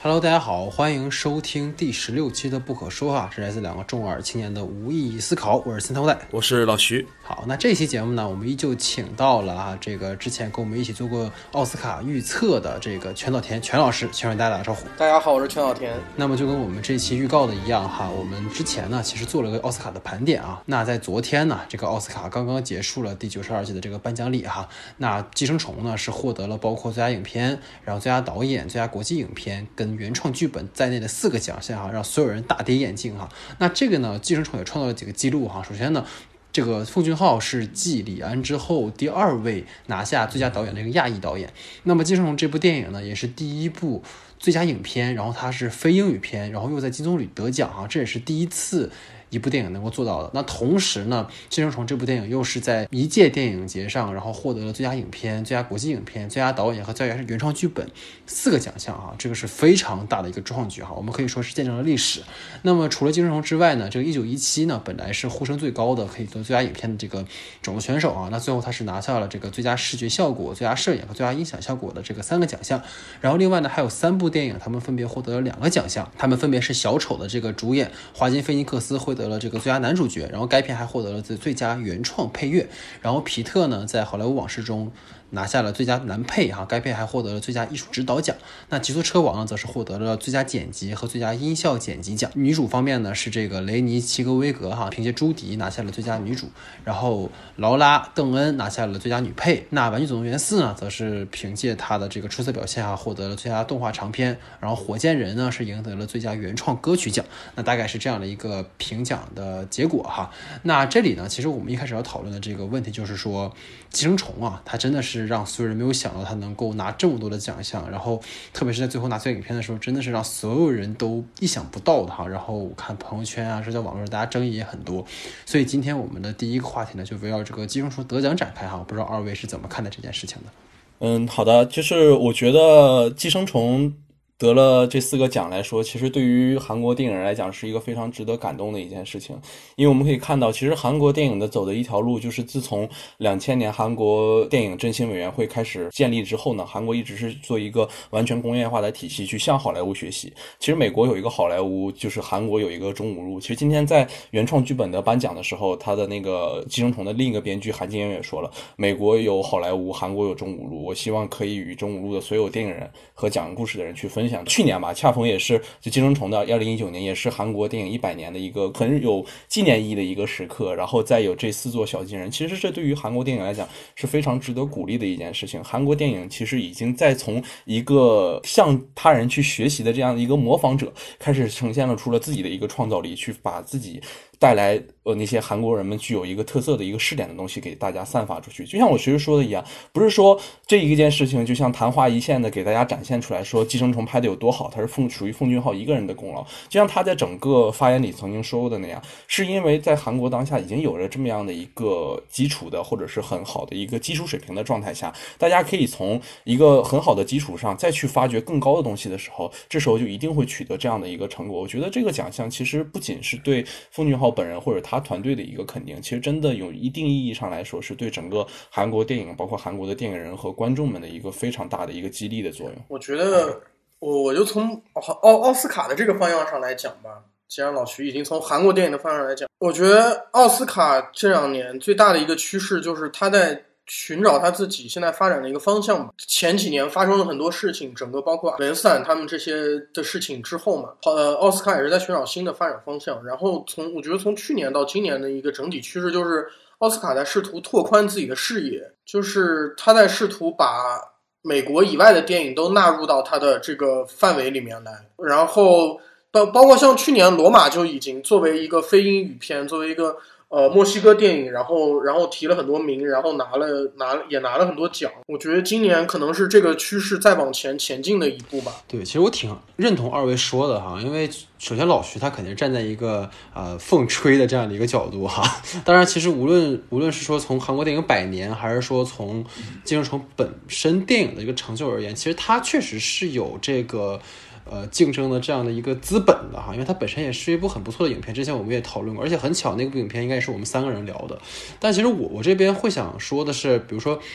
Hello， 大家好，欢迎收听第16期的不可说啊，是来自两个中耳青年的无意义思考。我是森涛代， 我是老徐。 好，那这期节目呢，我们依旧请到了这个之前跟我们一起做过奥斯卡预测的这个全岛田全老师，请让大家打个招呼。 大家好，我是全岛田。 那么就跟我们这期预告的一样哈，我们之前呢其实做了个奥斯卡的盘点啊。那在昨天呢，这个奥斯卡刚刚结束了第92届的这个颁奖礼哈。那《寄生虫》呢是获得了包括最佳影片、然后最佳导演、最佳国际影片跟原创剧本在内的4个奖项哈，让所有人大跌眼镜哈。那这个呢，《寄生虫》也创造了几个记录哈。首先呢，这个奉俊昊是继李安之后第2位拿下最佳导演的一个亚裔导演。那么《寄生虫》这部电影呢，也是第1部最佳影片，然后它是非英语片，然后又在金棕榈得奖啊，这也是第一次一部电影能够做到的。那同时呢，《寄生虫》这部电影又是在一届电影节上，然后获得了最佳影片、最佳国际影片、最佳导演和最佳原创剧本4个奖项啊，这个是非常大的一个壮举哈，我们可以说是见证了历史。那么除了《寄生虫》之外呢，这个1917呢，本来是呼声最高的可以做最佳影片的这个种子选手啊，那最后他是拿下了这个最佳视觉效果、最佳摄影和最佳音响效果的这个3个奖项。然后另外呢，还有3部电影，他们分别获得了2个奖项，他们分别是小丑的这个主演华金菲尼克斯获得了这个最佳男主角，然后该片还获得了最佳原创配乐。然后皮特呢，在好莱坞往事中拿下了最佳男配哈，该片还获得了最佳艺术指导奖。那极速车王呢，则是获得了最佳剪辑和最佳音效剪辑奖。女主方面呢，是这个雷尼齐格威格哈，凭借朱迪拿下了最佳女主，然后劳拉邓恩拿下了最佳女配。那玩具总动员4呢，则是凭借她的这个出色表现获得了最佳动画长片。然后火箭人呢，是赢得了最佳原创歌曲奖。那大概是这样的一个评奖的结果哈。那这里呢，其实我们一开始要讨论的这个问题就是说，寄生虫啊，它真的是让所有人没有想到它能够拿这么多的奖项，然后特别是在最后拿最佳影片的时候，真的是让所有人都意想不到的哈。然后我看朋友圈啊，社交网络上大家争议也很多，所以今天我们的第一个话题呢，就围绕这个寄生虫得奖展开哈。我不知道2位是怎么看待这件事情的。 好的，就是我觉得寄生虫得了这4个奖来说，其实对于韩国电影人来讲是一个非常值得感动的一件事情。因为我们可以看到，其实韩国电影的走的一条路，就是自从2000年韩国电影振兴委员会开始建立之后呢，韩国一直是做一个完全工业化的体系，去向好莱坞学习。其实美国有一个好莱坞，就是韩国有一个中五路。其实今天在原创剧本的颁奖的时候，他的那个寄生虫的另一个编剧韩金英也说了，美国有好莱坞，韩国有中五路，我希望可以与中五路的所有电影人和讲故事的人去分享。去年吧，恰逢也是就寄生虫的2019年，也是韩国电影100年的一个很有纪念意义的一个时刻。然后再有这4座小金人，其实这对于韩国电影来讲是非常值得鼓励的一件事情。韩国电影其实已经在从一个向他人去学习的这样的一个模仿者，开始呈现了出了自己的一个创造力，去把自己带来那些韩国人们具有一个特色的一个试点的东西给大家散发出去。就像我其实说的一样，不是说这一件事情就像昙花一现的给大家展现出来说寄生虫拍的有多好，它是属于奉俊昊一个人的功劳。就像他在整个发言里曾经说过的那样，是因为在韩国当下已经有了这么样的一个基础的或者是很好的一个基础水平的状态下，大家可以从一个很好的基础上再去发掘更高的东西的时候，这时候就一定会取得这样的一个成果。我觉得这个奖项其实不仅是对奉俊昊本人或者他团队的一个肯定，其实真的有一定意义上来说是对整个韩国电影包括韩国的电影人和观众们的一个非常大的一个激励的作用。 我觉得我就从奥斯卡的这个方向上来讲吧，既然老徐已经从韩国电影的方向来讲，我觉得奥斯卡这2年最大的一个趋势就是他在寻找他自己现在发展的一个方向。前几年发生了很多事情，整个包括雷斯坦他们这些的事情之后嘛，奥斯卡也是在寻找新的发展方向。然后我觉得从去年到今年的一个整体趋势就是奥斯卡在试图拓宽自己的视野，就是他在试图把美国以外的电影都纳入到他的这个范围里面来。然后包括像去年罗马就已经作为一个非英语片，作为一个墨西哥电影，然后提了很多名，然后拿了很多奖。我觉得今年可能是这个趋势再往前进的一步吧。 对，其实我挺认同2位说的哈，因为首先老徐他肯定站在一个奉吹的这样的一个角度哈。当然，其实无论是说从韩国电影100年，还是说从寄生虫本身电影的一个成就而言，其实它确实是有这个竞争的这样的一个资本的哈，因为它本身也是一部很不错的影片，之前我们也讨论过，而且很巧那部影片应该也是我们3个人聊的。但其实我这边会想说的是，比如说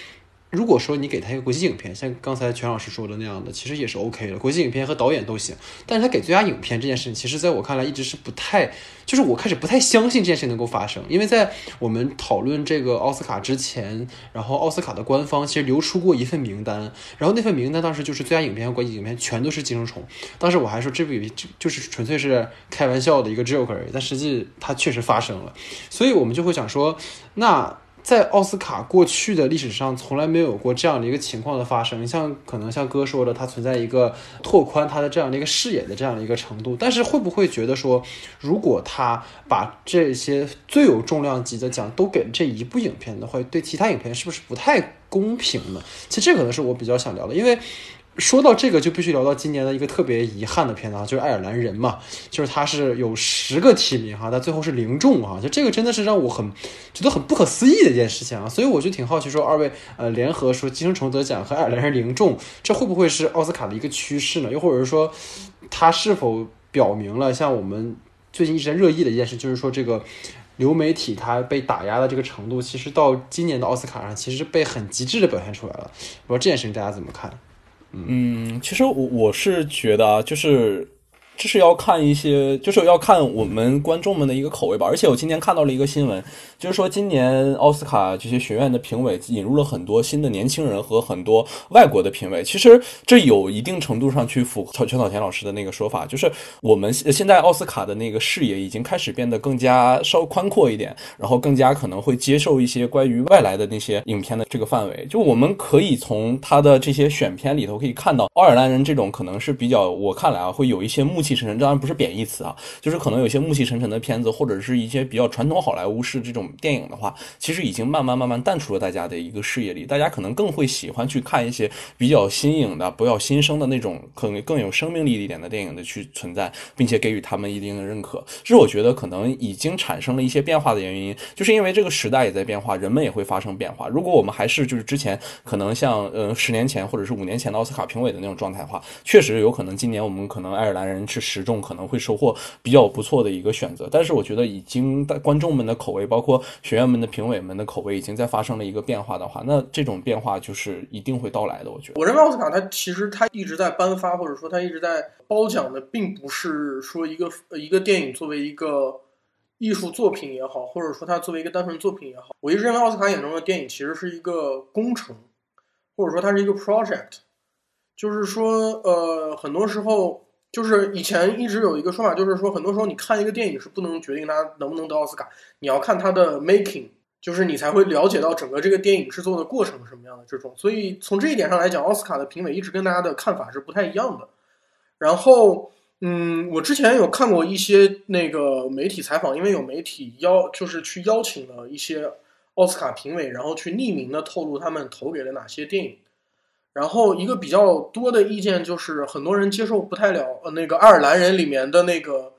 如果说你给他一个国际影片，像刚才全老师说的那样的，其实也是 OK 的，国际影片和导演都行。但是他给最佳影片这件事情，其实在我看来一直是不太，就是我开始不太相信这件事情能够发生。因为在我们讨论这个奥斯卡之前，然后奥斯卡的官方其实流出过一份名单，然后那份名单当时就是最佳影片和国际影片全都是寄生虫。当时我还说这部就是纯粹是开玩笑的一个 joke 而已，但实际它确实发生了。所以我们就会想说，那在奥斯卡过去的历史上从来没有过这样的一个情况的发生，可能像哥说的，它存在一个拓宽它的这样的一个视野的这样的一个程度。但是会不会觉得说，如果他把这些最有重量级的奖都给这一部影片的话，对其他影片是不是不太公平呢？其实这可能是我比较想聊的，因为说到这个就必须聊到今年的一个特别遗憾的片子，就是爱尔兰人嘛，就是他是有10个提名但最后是0中就这个真的是让我觉得很不可思议的一件事情所以我就挺好奇说，二位联合说寄生虫得奖和爱尔兰人0中，这会不会是奥斯卡的一个趋势呢？又或者说他是否表明了像我们最近一直在热议的一件事，就是说这个流媒体它被打压的这个程度，其实到今年的奥斯卡上其实被很极致的表现出来了。不知道这件事情大家怎么看？ 其实我是觉得就是这是要看一些，就是要看我们观众们的一个口味吧。而且我今天看到了一个新闻，就是说今年奥斯卡这些学院的评委引入了很多新的年轻人和很多外国的评委。其实这有一定程度上去符合全草田老师的那个说法，就是我们现在奥斯卡的那个视野已经开始变得更加稍微宽阔一点，然后更加可能会接受一些关于外来的那些影片的这个范围。就我们可以从他的这些选片里头可以看到，爱尔兰人这种可能是比较，我看来会有一些暮气沉沉，当然不是贬义词就是可能有一些暮气沉沉的片子，或者是一些比较传统好莱坞式这种电影的话，其实已经慢慢淡出了大家的一个视野里。大家可能更会喜欢去看一些比较新颖的、比较新生的那种可能更有生命力一点的电影的去存在，并且给予他们一定的认可。这是我觉得可能已经产生了一些变化的原因，就是因为这个时代也在变化，人们也会发生变化。如果我们还是就是之前可能像10年前或者是5年前的奥斯卡评委的那种状态的话，确实有可能今年我们可能爱尔兰人是10中可能会收获比较不错的一个选择。但是我觉得已经观众们的口味，包括学院们的评委们的口味已经在发生了一个变化的话，那这种变化就是一定会到来的。我认为奥斯卡它其实它一直在颁发，或者说它一直在褒奖的，并不是说一个电影作为一个艺术作品也好，或者说它作为一个单纯作品也好。我一直认为奥斯卡眼中的电影其实是一个工程，或者说它是一个 project。就是说很多时候就是以前一直有一个说法，就是说很多时候你看一个电影是不能决定它能不能得奥斯卡，你要看它的 making， 就是你才会了解到整个这个电影制作的过程是什么样的这种。所以从这一点上来讲，奥斯卡的评委一直跟大家的看法是不太一样的。然后我之前有看过一些那个媒体采访，因为有媒体就是去邀请了一些奥斯卡评委，然后去匿名的透露他们投给了哪些电影。然后一个比较多的意见就是很多人接受不太了那个爱尔兰人里面的那个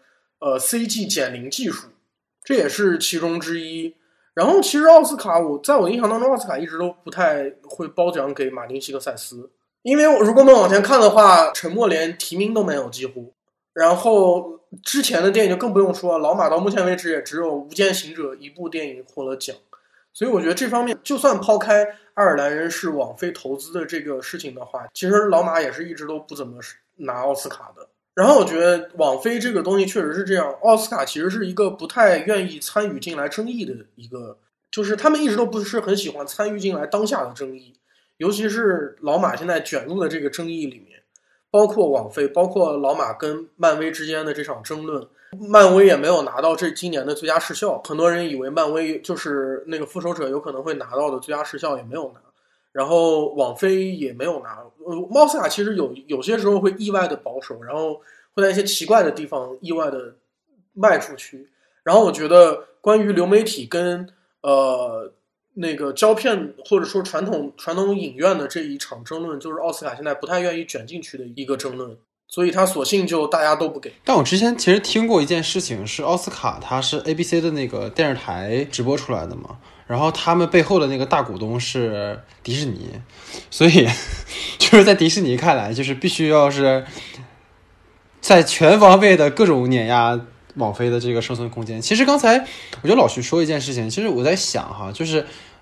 CG 减龄技术，这也是其中之一。然后其实奥斯卡在我的印象当中，奥斯卡一直都不太会褒奖给马丁·希克塞斯，因为如果我们往前看的话，沉默连提名都没有几乎。然后之前的电影就更不用说，老马到目前为止也只有《无间行者》一部电影获了奖。所以我觉得这方面就算抛开爱尔兰人是网飞投资的这个事情的话，其实老马也是一直都不怎么拿奥斯卡的。然后我觉得网飞这个东西确实是这样，奥斯卡其实是一个不太愿意参与进来争议的一个，就是他们一直都不是很喜欢参与进来当下的争议，尤其是老马现在卷入的这个争议里面，包括网飞，包括老马跟漫威之间的这场争论。漫威也没有拿到今年的最佳视效，很多人以为漫威就是那个复仇者有可能会拿到的最佳视效也没有拿，然后网飞也没有拿。奥斯卡其实有些时候会意外的保守，然后会在一些奇怪的地方意外的卖出去。然后我觉得关于流媒体跟那个胶片或者说传统影院的这一场争论，就是奥斯卡现在不太愿意卷进去的一个争论。所以他索性就大家都不给。 但我之前其实听过一件事情，是奥斯卡它是 ABC 的那个电视台直播出来的嘛，然后他们背后的那个大股东是迪士尼，所以就是在迪士尼看来，就是必须要是在全方位的各种碾压网飞的这个生存空间。其实刚才我觉得老徐说一件事情，其实我在想就是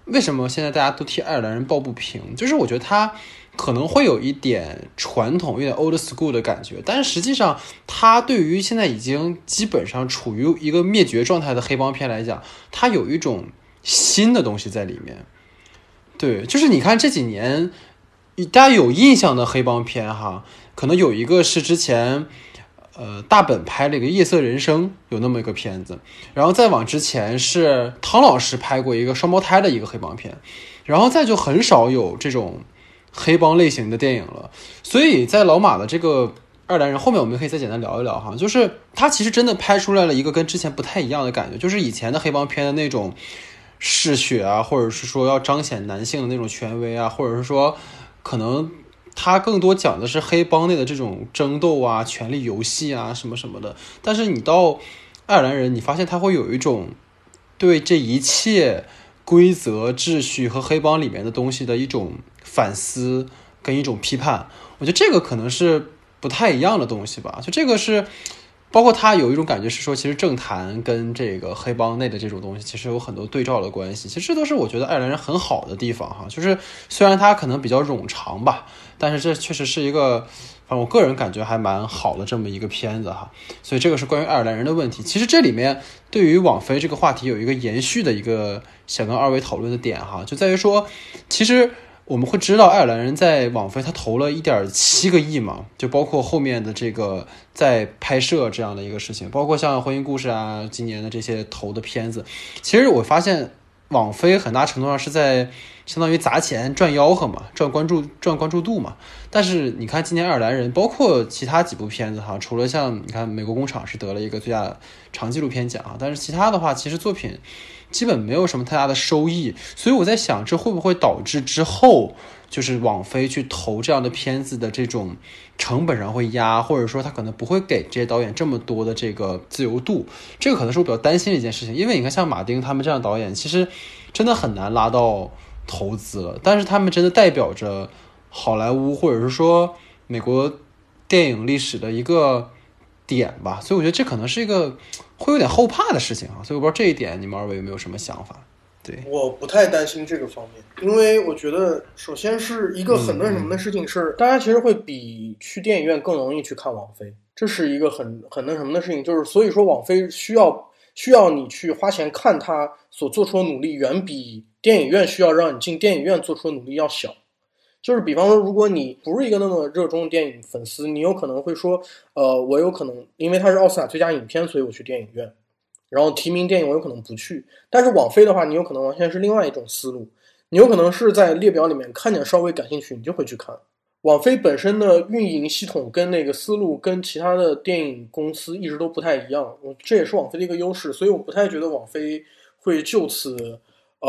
为什么现在大家都替爱尔兰人抱不平，就是我觉得他可能会有一点传统，有点 old school 的感觉，但是实际上他对于现在已经基本上处于一个灭绝状态的黑帮片来讲，他有一种新的东西在里面。对，就是你看这几年大家有印象的黑帮片哈，可能有一个是之前大本拍了一个《夜色人生》，有那么一个片子，然后再往之前是汤老师拍过一个双胞胎的一个黑帮片，然后再就很少有这种黑帮类型的电影了。所以在老马的这个爱尔兰人后面我们可以再简单聊一聊哈，就是他其实真的拍出来了一个跟之前不太一样的感觉，就是以前的黑帮片的那种嗜血啊，或者是说要彰显男性的那种权威啊，或者是说可能他更多讲的是黑帮内的这种争斗啊、权力游戏啊什么什么的。但是你到爱尔兰人，你发现他会有一种对这一切规则、秩序和黑帮里面的东西的一种反思跟一种批判。我觉得这个可能是不太一样的东西吧。就这个是包括他有一种感觉是说，其实政坛跟这个黑帮内的这种东西其实有很多对照的关系。其实这都是我觉得爱尔兰人很好的地方哈，就是虽然他可能比较冗长吧，但是这确实是一个反正我个人感觉还蛮好的这么一个片子哈。所以这个是关于爱尔兰人的问题。其实这里面对于网飞这个话题有一个延续的一个想跟二位讨论的点哈，就在于说其实我们会知道爱尔兰人在网飞他投了 1.7 个亿嘛，就包括后面的这个在拍摄这样的一个事情，包括像婚姻故事啊今年的这些投的片子。其实我发现网飞很大程度上是在相当于砸钱赚吆喝嘛，赚关注度嘛。但是你看今年爱尔兰人包括其他几部片子哈，除了像你看美国工厂是得了一个最佳长纪录片奖，但是其他的话其实作品基本没有什么太大的收益。所以我在想这会不会导致之后就是网飞去投这样的片子的这种成本上会压，或者说他可能不会给这些导演这么多的这个自由度。这个可能是我比较担心的一件事情，因为你看像马丁他们这样的导演其实真的很难拉到投资了，但是他们真的代表着好莱坞或者是说美国电影历史的一个点吧。所以我觉得这可能是一个会有点后怕的事情啊。所以我不知道这一点你们二位有没有什么想法。对， 我不太担心这个方面，因为我觉得首先是一个很那什么的事情是，大家其实会比去电影院更容易去看网飞，这是一个很那什么的事情，就是所以说网飞需要你去花钱看他所做出的努力，远比电影院需要让你进电影院做出的努力要小。就是比方说，如果你不是一个那么热衷的电影粉丝，你有可能会说，我有可能因为它是奥斯卡最佳影片，所以我去电影院。然后提名电影我有可能不去，但是网飞的话你有可能完全是另外一种思路，你有可能是在列表里面看见稍微感兴趣你就会去看。网飞本身的运营系统跟那个思路跟其他的电影公司一直都不太一样，这也是网飞的一个优势，所以我不太觉得网飞会就此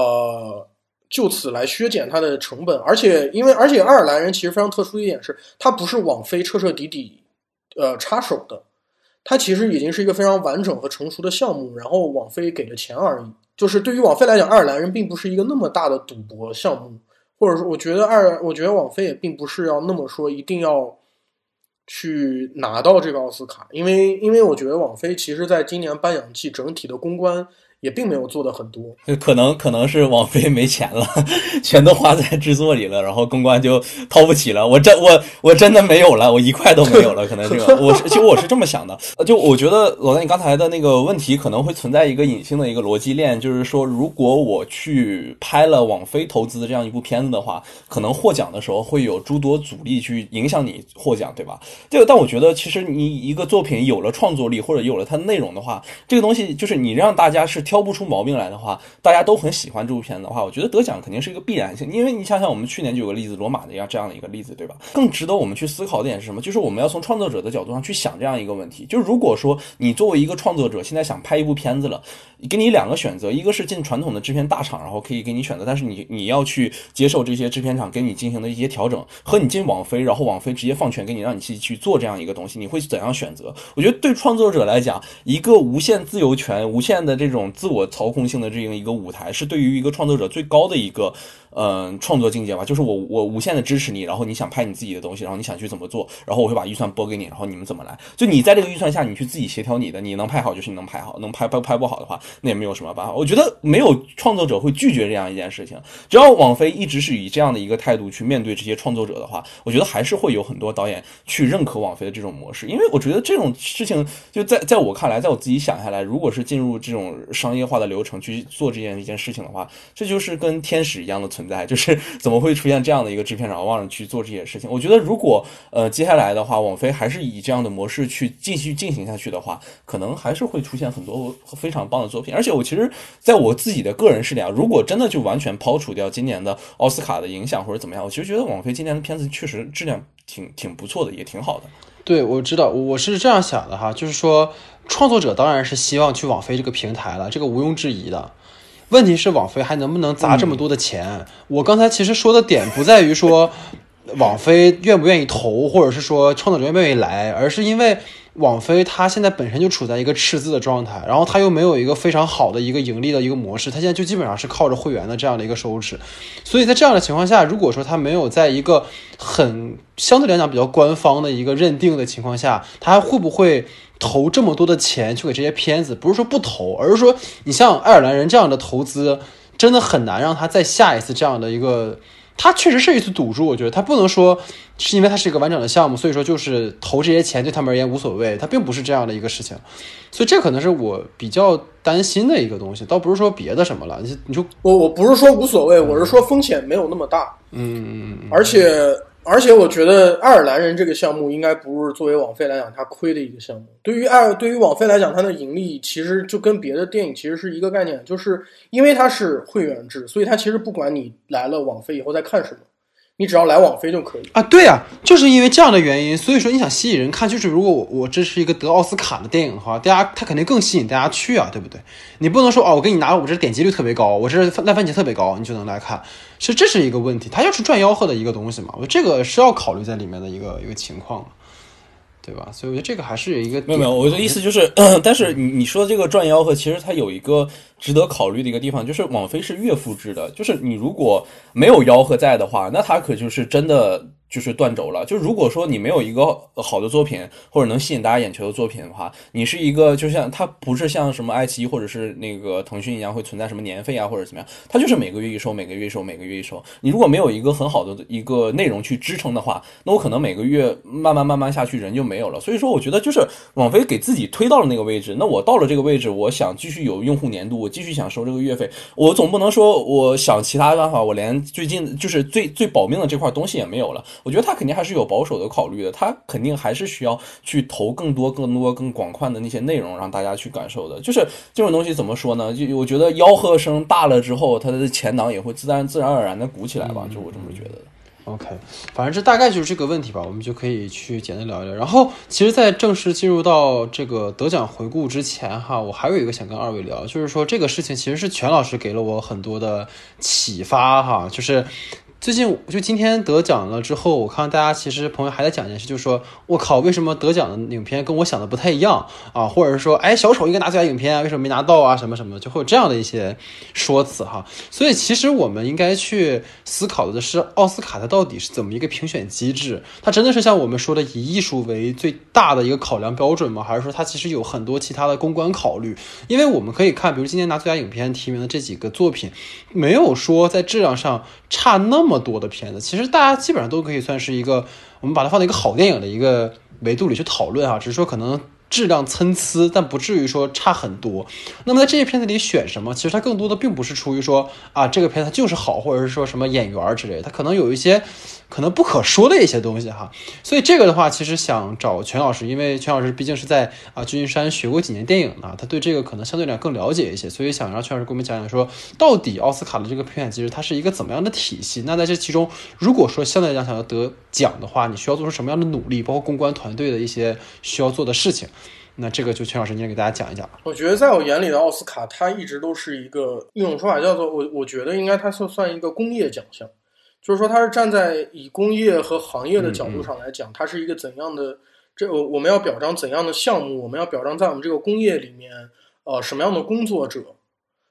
来削减它的成本。而且爱尔兰人其实非常特殊的一点是，它不是网飞彻彻底底插手的，它其实已经是一个非常完整和成熟的项目，然后网飞给了钱而已。就是对于网飞来讲，爱尔兰人并不是一个那么大的赌博项目，或者说我觉得网飞也并不是要那么说一定要去拿到这个奥斯卡，因为我觉得网飞其实在今年颁奖季整体的公关也并没有做的很多， 可能是网飞没钱了，全都花在制作里了，然后公关就掏不起了。我真的没有了，我1块都没有了，可能这个其实我是这么想的。就我觉得老大你刚才的那个问题可能会存在一个隐性的一个逻辑链，就是说如果我去拍了网飞投资的这样一部片子的话，可能获奖的时候会有诸多阻力去影响你获奖，对吧？这个但我觉得其实你一个作品有了创作力或者有了它的内容的话，这个东西就是你让大家是挑不出毛病来的话，大家都很喜欢这部片子的话，我觉得得奖肯定是一个必然性。因为你想想我们去年就有个例子，罗马的这样的一个例子，对吧？更值得我们去思考的点是什么？就是我们要从创作者的角度上去想这样一个问题，就是如果说你作为一个创作者现在想拍一部片子了，给你2个选择，一个是进传统的制片大厂，然后可以给你选择，但是你要去接受这些制片厂给你进行的一些调整，和你进网飞，然后网飞直接放权给你让你去做这样一个东西，你会怎样选择？我觉得对创作者来讲，一个无限自由权、无限的这种自我操控性的这样一个舞台，是对于一个创作者最高的一个创作境界吧，就是我无限的支持你，然后你想拍你自己的东西，然后你想去怎么做，然后我会把预算拨给你，然后你们怎么来，就你在这个预算下你去自己协调你的，你能拍好就是你能拍好，能拍不好的话那也没有什么办法。我觉得没有创作者会拒绝这样一件事情，只要网飞一直是以这样的一个态度去面对这些创作者的话，我觉得还是会有很多导演去认可网飞的这种模式。因为我觉得这种事情就在我看来，在我自己想下来，如果是进入这种商业化的流程去做一件事情的话，这就是跟天使一样的存在，就是怎么会出现这样的一个制片厂忘了去做这些事情。我觉得如果接下来的话网飞还是以这样的模式去继续进行下去的话，可能还是会出现很多非常棒的作品。而且我其实在我自己的个人视角，如果真的就完全抛除掉今年的奥斯卡的影响或者怎么样，我其实觉得网飞今年的片子确实质量挺不错的，也挺好的。 对，我知道，我是这样想的哈，就是说创作者当然是希望去网飞这个平台了，这个毋庸置疑的。问题是网飞还能不能砸这么多的钱？我刚才其实说的点不在于说网飞愿不愿意投，或者是说创作者愿不愿意来，而是因为网飞它现在本身就处在一个赤字的状态，然后它又没有一个非常好的一个盈利的一个模式，它现在就基本上是靠着会员的这样的一个收支。所以在这样的情况下，如果说它没有在一个很相对来讲比较官方的一个认定的情况下，它还会不会投这么多的钱去给这些片子？不是说不投，而是说你像爱尔兰人这样的投资真的很难让他再下一次这样的一个，它确实是一次赌注。我觉得它不能说是因为它是一个完整的项目，所以说就是投这些钱对他们而言无所谓，它并不是这样的一个事情。所以这可能是我比较担心的一个东西，倒不是说别的什么了。你说我不是说无所谓，我是说风险没有那么大。而且我觉得爱尔兰人这个项目应该不是作为网飞来讲它亏的一个项目。对于网飞来讲，它的盈利其实就跟别的电影其实是一个概念，就是因为它是会员制，所以它其实不管你来了网飞以后在看什么，你只要来网飞就可以啊。对啊，就是因为这样的原因，所以说你想吸引人看，就是如果我这是一个得奥斯卡的电影的话，他肯定更吸引大家去啊，对不对？你不能说我给你拿我这点击率特别高，我这烂番茄特别高，你就能来看，这是一个问题，它就是赚吆喝的一个东西嘛，我这个是要考虑在里面的一个情况，对吧？所以我觉得这个还是有一个没有，我的意思就是，但是你说的这个赚吆喝，其实它有一个值得考虑的一个地方，就是网飞是月付制的，就是你如果没有吆喝在的话，那它可就是真的就是断轴了。就如果说你没有一个好的作品或者能吸引大家眼球的作品的话，你是一个就像它不是像什么爱奇艺或者是那个腾讯一样会存在什么年费啊或者怎么样，它就是每个月一收，每个月一收，每个月一收。你如果没有一个很好的一个内容去支撑的话，那我可能每个月慢慢下去人就没有了。所以说我觉得就是网飞给自己推到了那个位置，那我到了这个位置，我想继续有用户粘度，我继续想收这个月费，我总不能说我想其他办法，我连最近就是最保命的这块东西也没有了。我觉得他肯定还是有保守的考虑的，他肯定还是需要去投更多更广泛的那些内容让大家去感受的。就是这种东西怎么说呢，就我觉得吆喝声大了之后，它的前档也会自然而然的鼓起来吧，就我这么觉得的。 OK， 反正这大概就是这个问题吧，我们就可以去简单聊一聊。然后，其实，在正式进入到这个得奖回顾之前哈，我还有一个想跟二位聊，就是说这个事情其实是全老师给了我很多的启发哈，就是最近就今天得奖了之后，我看大家其实朋友还在讲一件事，就是说我靠，为什么得奖的影片跟我想的不太一样啊？或者是说，小丑应该拿最佳影片啊，为什么没拿到啊？什么什么，就会有这样的一些说辞哈。所以其实我们应该去思考的是，奥斯卡它到底是怎么一个评选机制？它真的是像我们说的以艺术为最大的一个考量标准吗？还是说它其实有很多其他的公关考虑？因为我们可以看，比如今年拿最佳影片提名的这几个作品，没有说在质量上差那么多的片子，其实大家基本上都可以算是一个，我们把它放在一个好电影的一个维度里去讨论哈，只是说可能质量参差，但不至于说差很多。那么在这些片子里选什么，其实它更多的并不是出于说这个片子它就是好，或者是说什么演员之类的，它可能有一些可能不可说的一些东西哈。所以这个的话，其实想找全老师，因为全老师毕竟是在旧金山学过几年电影呢，他对这个可能相对来讲更了解一些，所以想让全老师给我们讲讲说，到底奥斯卡的这个评选机制它是一个怎么样的体系？那在这其中，如果说相对来讲想要得奖的话，你需要做出什么样的努力，包括公关团队的一些需要做的事情？那这个就全老师您给大家讲一讲。 我觉得在我眼里的奥斯卡，它一直都是一种说法叫做我觉得应该它算一个工业奖项，就是说它是站在以工业和行业的角度上来讲，它是一个怎样的我们要表彰怎样的项目，我们要表彰在我们这个工业里面什么样的工作者。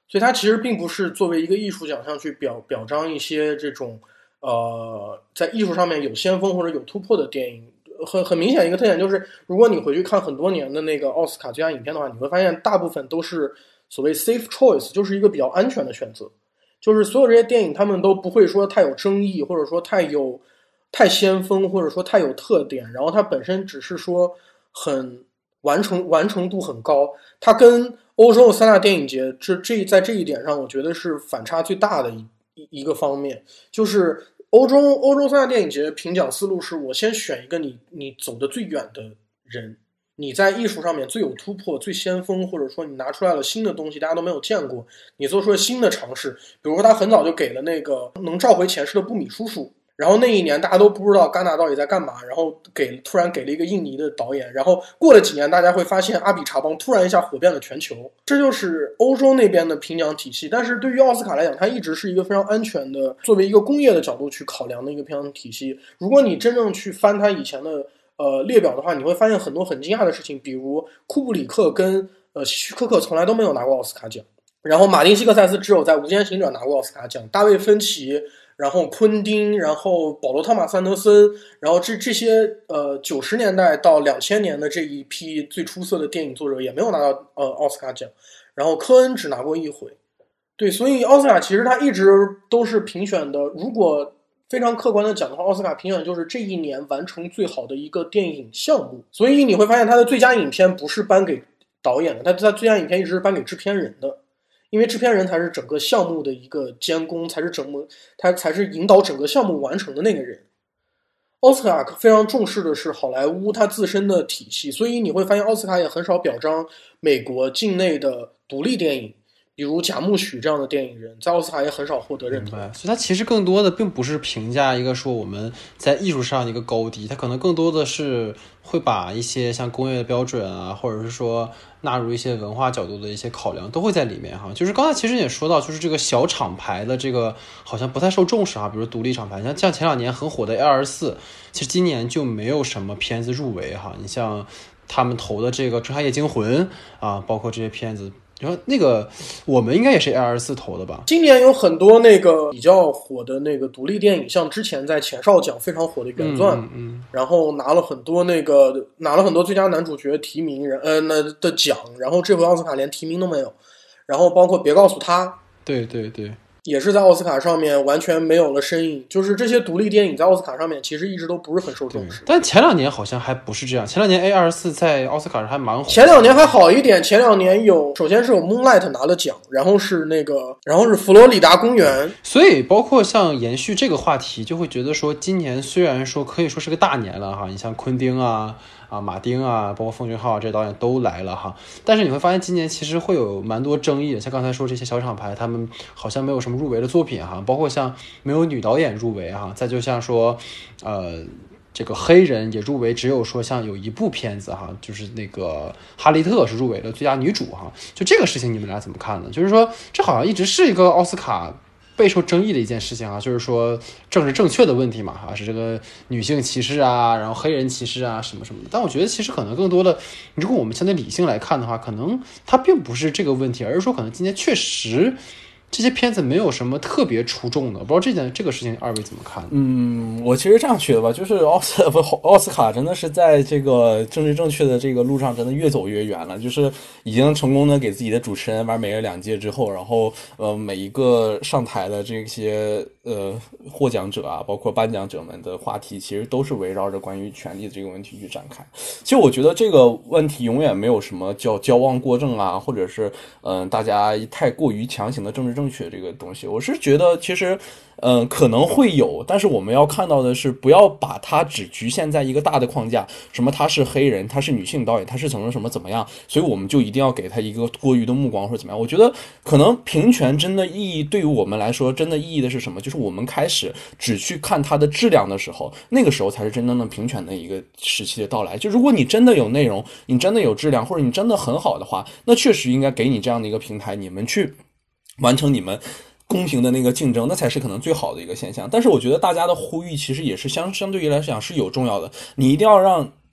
所以它其实并不是作为一个艺术奖项去表彰一些这种在艺术上面有先锋或者有突破的电影。很明显一个特点就是，如果你回去看很多年的那个奥斯卡最佳影片的话，你会发现大部分都是所谓 safe choice， 就是一个比较安全的选择。就是所有这些电影他们都不会说太有争议，或者说太先锋，或者说太有特点，然后它本身只是说很完成度很高。它跟欧洲三大电影节在这一点上，我觉得是反差最大的一个方面。就是欧洲三大电影节评奖思路是，我先选一个你走得最远的人，你在艺术上面最有突破、最先锋，或者说你拿出来了新的东西大家都没有见过，你做出了新的尝试。比如说他很早就给了那个能召回前世的布米叔叔，然后那一年大家都不知道戛纳到底在干嘛，然后突然给了一个印尼的导演，然后过了几年大家会发现阿比查邦突然一下火遍了全球。这就是欧洲那边的评奖体系。但是对于奥斯卡来讲，它一直是一个非常安全的，作为一个工业的角度去考量的一个评奖体系。如果你真正去翻它以前的列表的话，你会发现很多很惊讶的事情，比如库布里克跟希区柯克从来都没有拿过奥斯卡奖，然后马丁·西克塞斯只有在《无间行者》拿过奥斯卡奖，大卫·芬奇，然后昆汀，然后保罗·汤马斯·安德森，然后这些90年代到2000年的这一批最出色的电影作者也没有拿到奥斯卡奖，然后科恩只拿过一回。对，所以奥斯卡其实它一直都是评选的，如果非常客观的讲的话，奥斯卡评选就是这一年完成最好的一个电影项目。所以你会发现它的最佳影片不是颁给导演的，它最佳影片一直是颁给制片人的，因为制片人才是整个项目的一个监工，他才是引导整个项目完成的那个人。奥斯卡非常重视的是好莱坞它自身的体系，所以你会发现奥斯卡也很少表彰美国境内的独立电影，比如贾木许这样的电影人，在奥斯卡也很少获得认同。 所以它其实更多的并不是评价一个说我们在艺术上的一个高低，它可能更多的是会把一些像工业标准啊，或者是说纳入一些文化角度的一些考量都会在里面哈。就是刚才其实也说到，就是这个小厂牌的这个好像不太受重视哈，比如独立厂牌，像前两年很火的 A24， 其实今年就没有什么片子入围哈。你像他们投的这个《真夏夜惊魂》啊，包括这些片子。然后那个我们应该也是 A24 投的吧。 今年有很多那个比较火的那个独立电影，像之前在前哨奖非常火的原钻，然后拿了很多最佳男主角提名的奖，然后这回奥斯卡连提名都没有，然后包括别告诉他， 对对对， 也是在奥斯卡上面完全没有了身影。就是这些独立电影在奥斯卡上面其实一直都不是很受重视， 但前两年好像还不是这样。前两年 A24 在奥斯卡上还蛮火， 前两年还好一点。前两年首先是有 Moonlight 拿了奖，然后是佛罗里达公园。 所以包括像延续这个话题，就会觉得说今年虽然说可以说是个大年了哈，你像昆汀啊、马丁啊，包括奉俊昊这些导演都来了哈，但是你会发现今年其实会有蛮多争议的，像刚才说这些小厂牌他们好像没有什么入围的作品哈，包括像没有女导演入围哈，再就像说这个黑人也入围，只有说像有一部片子哈，就是那个哈利特是入围了最佳女主哈，就这个事情你们俩怎么看呢？就是说这好像一直是一个奥斯卡备受争议的一件事情啊，就是说政治正确的问题嘛是这个女性歧视啊，然后黑人歧视啊什么什么的。但我觉得其实可能更多的，如果我们相对理性来看的话，可能它并不是这个问题，而是说可能今年确实这些片子没有什么特别出众的。不知道这个事情二位怎么看？ 我其实这样觉得吧，就是奥斯卡真的是在这个政治正确的这个路上真的越走越远了，就是已经成功的给自己的主持人完美了2届之后，然后每一个上台的这些获奖者啊，包括颁奖者们的话题，其实都是围绕着关于权力的这个问题去展开。其实我觉得这个问题永远没有什么叫矫枉过正啊，或者是大家太过于强行的政治正确这个东西。我是觉得其实可能会有，但是我们要看到的是，不要把它只局限在一个大的框架，什么他是黑人，他是女性导演，他是什么怎么样，所以我们就一定要给他一个多余的目光或者怎么样。我觉得可能平权真的意义对于我们来说，真的意义的是什么？就是我们开始只去看它的质量的时候，那个时候才是真正的平权的一个时期的到来。就如果你真的有内容，你真的有质量，或者你真的很好的话，那确实应该给你这样的一个平台，你们去完成你们公平的那个竞争，那才是可能最好的一个现象。但是我觉得大家的呼吁其实也是相对于来讲是有重要的，你一定要让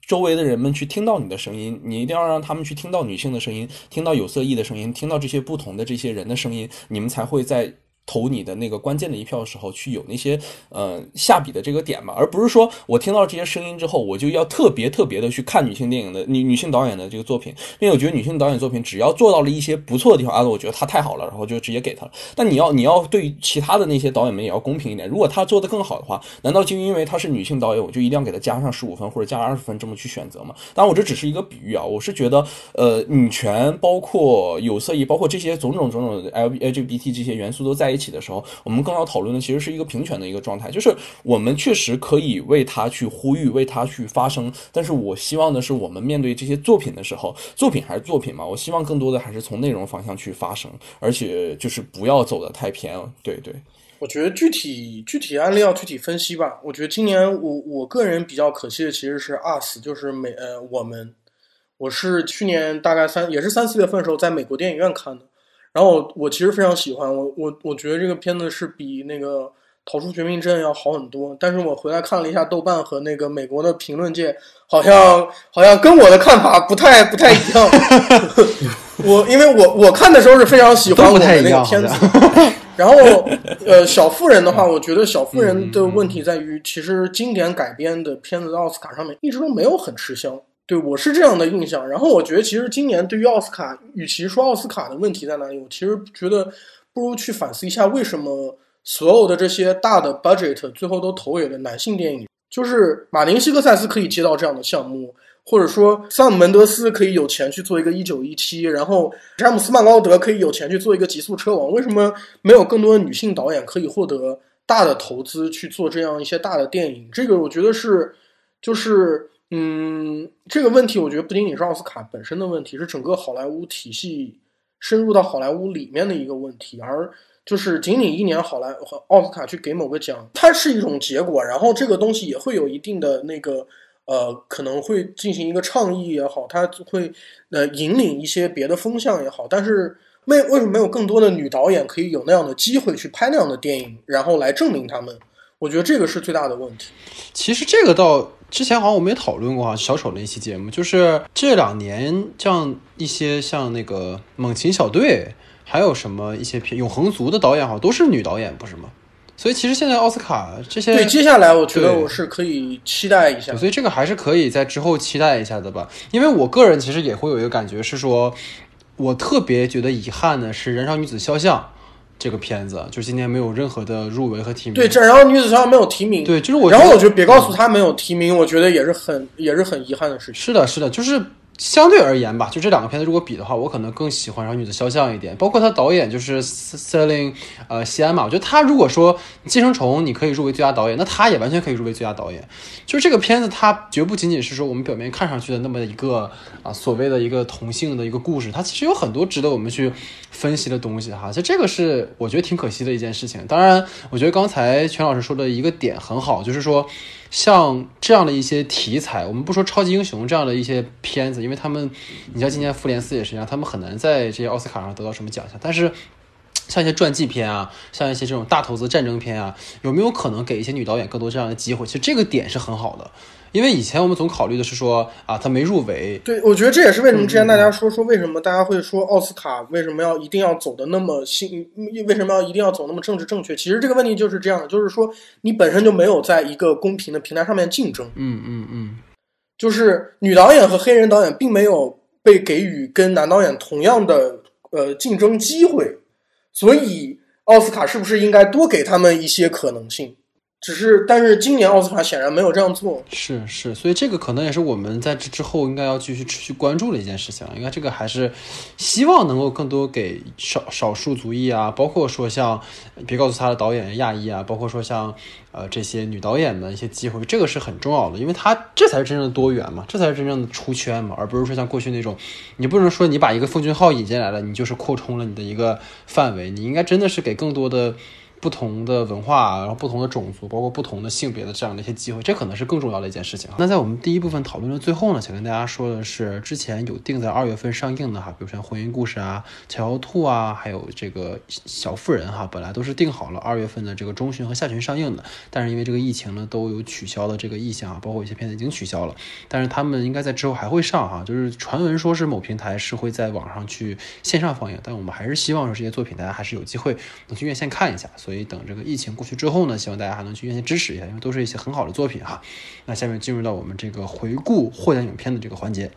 周围的人们去听到你的声音，你一定要让他们去听到女性的声音，听到有色裔的声音，听到这些不同的这些人的声音，你们才会在投你的那个关键的一票的时候去有那些下笔的这个点嘛，而不是说我听到这些声音之后我就要特别的去看女性电影的女性导演的这个作品，因为我觉得女性导演作品只要做到了一些不错的地方我觉得她太好了，然后就直接给她了。但你要对于其他的那些导演们也要公平一点，如果她做得更好的话，难道就因为她是女性导演我就一定要给她加上15分或者加20分这么去选择吗？当然我这只是一个比喻啊，我是觉得女权包括有色裔包括这些种种的 LGBT 这些元素都在一起的时候，我们更要讨论的其实是一个平权的一个状态，就是我们确实可以为他去呼吁，为他去发声，但是我希望的是我们面对这些作品的时候，作品还是作品嘛，我希望更多的还是从内容方向去发声，而且就是不要走得太偏。对， 我觉得具体案例要具体分析吧。我觉得今年我个人比较可惜的其实是 US， 就是我是去年大概也是3、4月份的时候在美国电影院看的。然后我其实非常喜欢，我觉得这个片子是比那个《逃出绝命镇》要好很多。但是我回来看了一下豆瓣和那个美国的评论界，好像跟我的看法不太一样。因为我看的时候是非常喜欢我的那个片子。然后小妇人的话，我觉得小妇人的问题在于，其实经典改编的片子在奥斯卡上面一直都没有很吃香。对，我是这样的印象。然后我觉得其实今年对于奥斯卡，与其说奥斯卡的问题在哪里，我其实觉得不如去反思一下为什么所有的这些大的 budget 最后都投给了男性电影。就是马丁·西克塞斯可以接到这样的项目，或者说萨姆·门德斯可以有钱去做一个1917，然后詹姆斯·曼高德可以有钱去做一个极速车王，为什么没有更多的女性导演可以获得大的投资去做这样一些大的电影？这个我觉得这个问题我觉得不仅仅是奥斯卡本身的问题，是整个好莱坞体系深入到好莱坞里面的一个问题。而就是仅仅一年奥斯卡去给某个奖，它是一种结果，然后这个东西也会有一定的那个可能会进行一个倡议也好，它会引领一些别的风向也好，但是为什么没有更多的女导演可以有那样的机会去拍那样的电影，然后来证明他们？我觉得这个是最大的问题。 其实这个到之前好像我们也讨论过小丑那一期节目，就是这2年这样一些像那个猛禽小队，还有什么一些永恒族的导演好像都是女导演，不是吗？所以其实现在奥斯卡这些， 对，接下来我觉得我是可以期待一下， 所以这个还是可以在之后期待一下的吧。因为我个人其实也会有一个感觉是说，我特别觉得遗憾的是《燃烧女子肖像》这个片子，就今年没有任何的入围和提名。 对，然后女子肖像没有提名， 对，就是然后我觉得别告诉他没有提名，我觉得也是很遗憾的事情。 是的，就是相对而言吧，就这2个片子如果比的话，我可能更喜欢《燃烧女子肖像》一点。包括他导演就是 Celine 西安嘛，我觉得他如果说《寄生虫》你可以入围最佳导演，那他也完全可以入围最佳导演。就是这个片子它绝不仅仅是说我们表面看上去的那么一个所谓的一个同性的一个故事，它其实有很多值得我们去分析的东西哈。所以这个是我觉得挺可惜的一件事情。当然我觉得刚才全老师说的一个点很好，就是说像这样的一些题材，我们不说超级英雄这样的一些片子，因为他们你像今年复联4也是一样，他们很难在这些奥斯卡上得到什么奖项，但是像一些传记片啊，像一些这种大投资战争片啊，有没有可能给一些女导演更多这样的机会？其实这个点是很好的。因为以前我们总考虑的是说他没入围。 对，我觉得这也是为什么之前大家说为什么大家会说奥斯卡为什么一定要走的那么为什么一定要走那么政治正确？其实这个问题就是这样的，就是说你本身就没有在一个公平的平台上面竞争。就是女导演和黑人导演并没有被给予跟男导演同样的竞争机会，所以奥斯卡是不是应该多给他们一些可能性？但是今年奥斯卡显然没有这样做。 是，所以这个可能也是我们在这之后应该要继续持续关注的一件事情。应该这个还是希望能够更多给少数族裔啊，包括说像别告诉他的导演亚裔啊，包括说像这些女导演的一些机会，这个是很重要的，因为这才是真正的多元嘛，这才是真正的出圈嘛，而不是说像过去那种，你不能说你把一个奉俊昊引进来了，你就是扩充了你的一个范围，你应该真的是给更多的不同的文化，然后不同的种族，包括不同的性别的这样的一些机会，这可能是更重要的一件事情。那在我们第一部分讨论的最后呢，想跟大家说的是，之前有定在2月份上映的哈，比如像婚姻故事啊、乔乔兔啊，还有这个小妇人哈，本来都是定好了2月份的这个中旬和下旬上映的，但是因为这个疫情呢，都有取消的这个意向啊，包括一些片子已经取消了，但是他们应该在之后还会上哈，就是传闻说是某平台是会在网上去线上放映，但我们还是希望说这些作品大家还是有机会能去院线看一下，所以等这个疫情过去之后呢，希望大家还能去院线支持一下，因为都是一些很好的作品哈。那下面进入到我们这个回顾获奖影片的这个环节。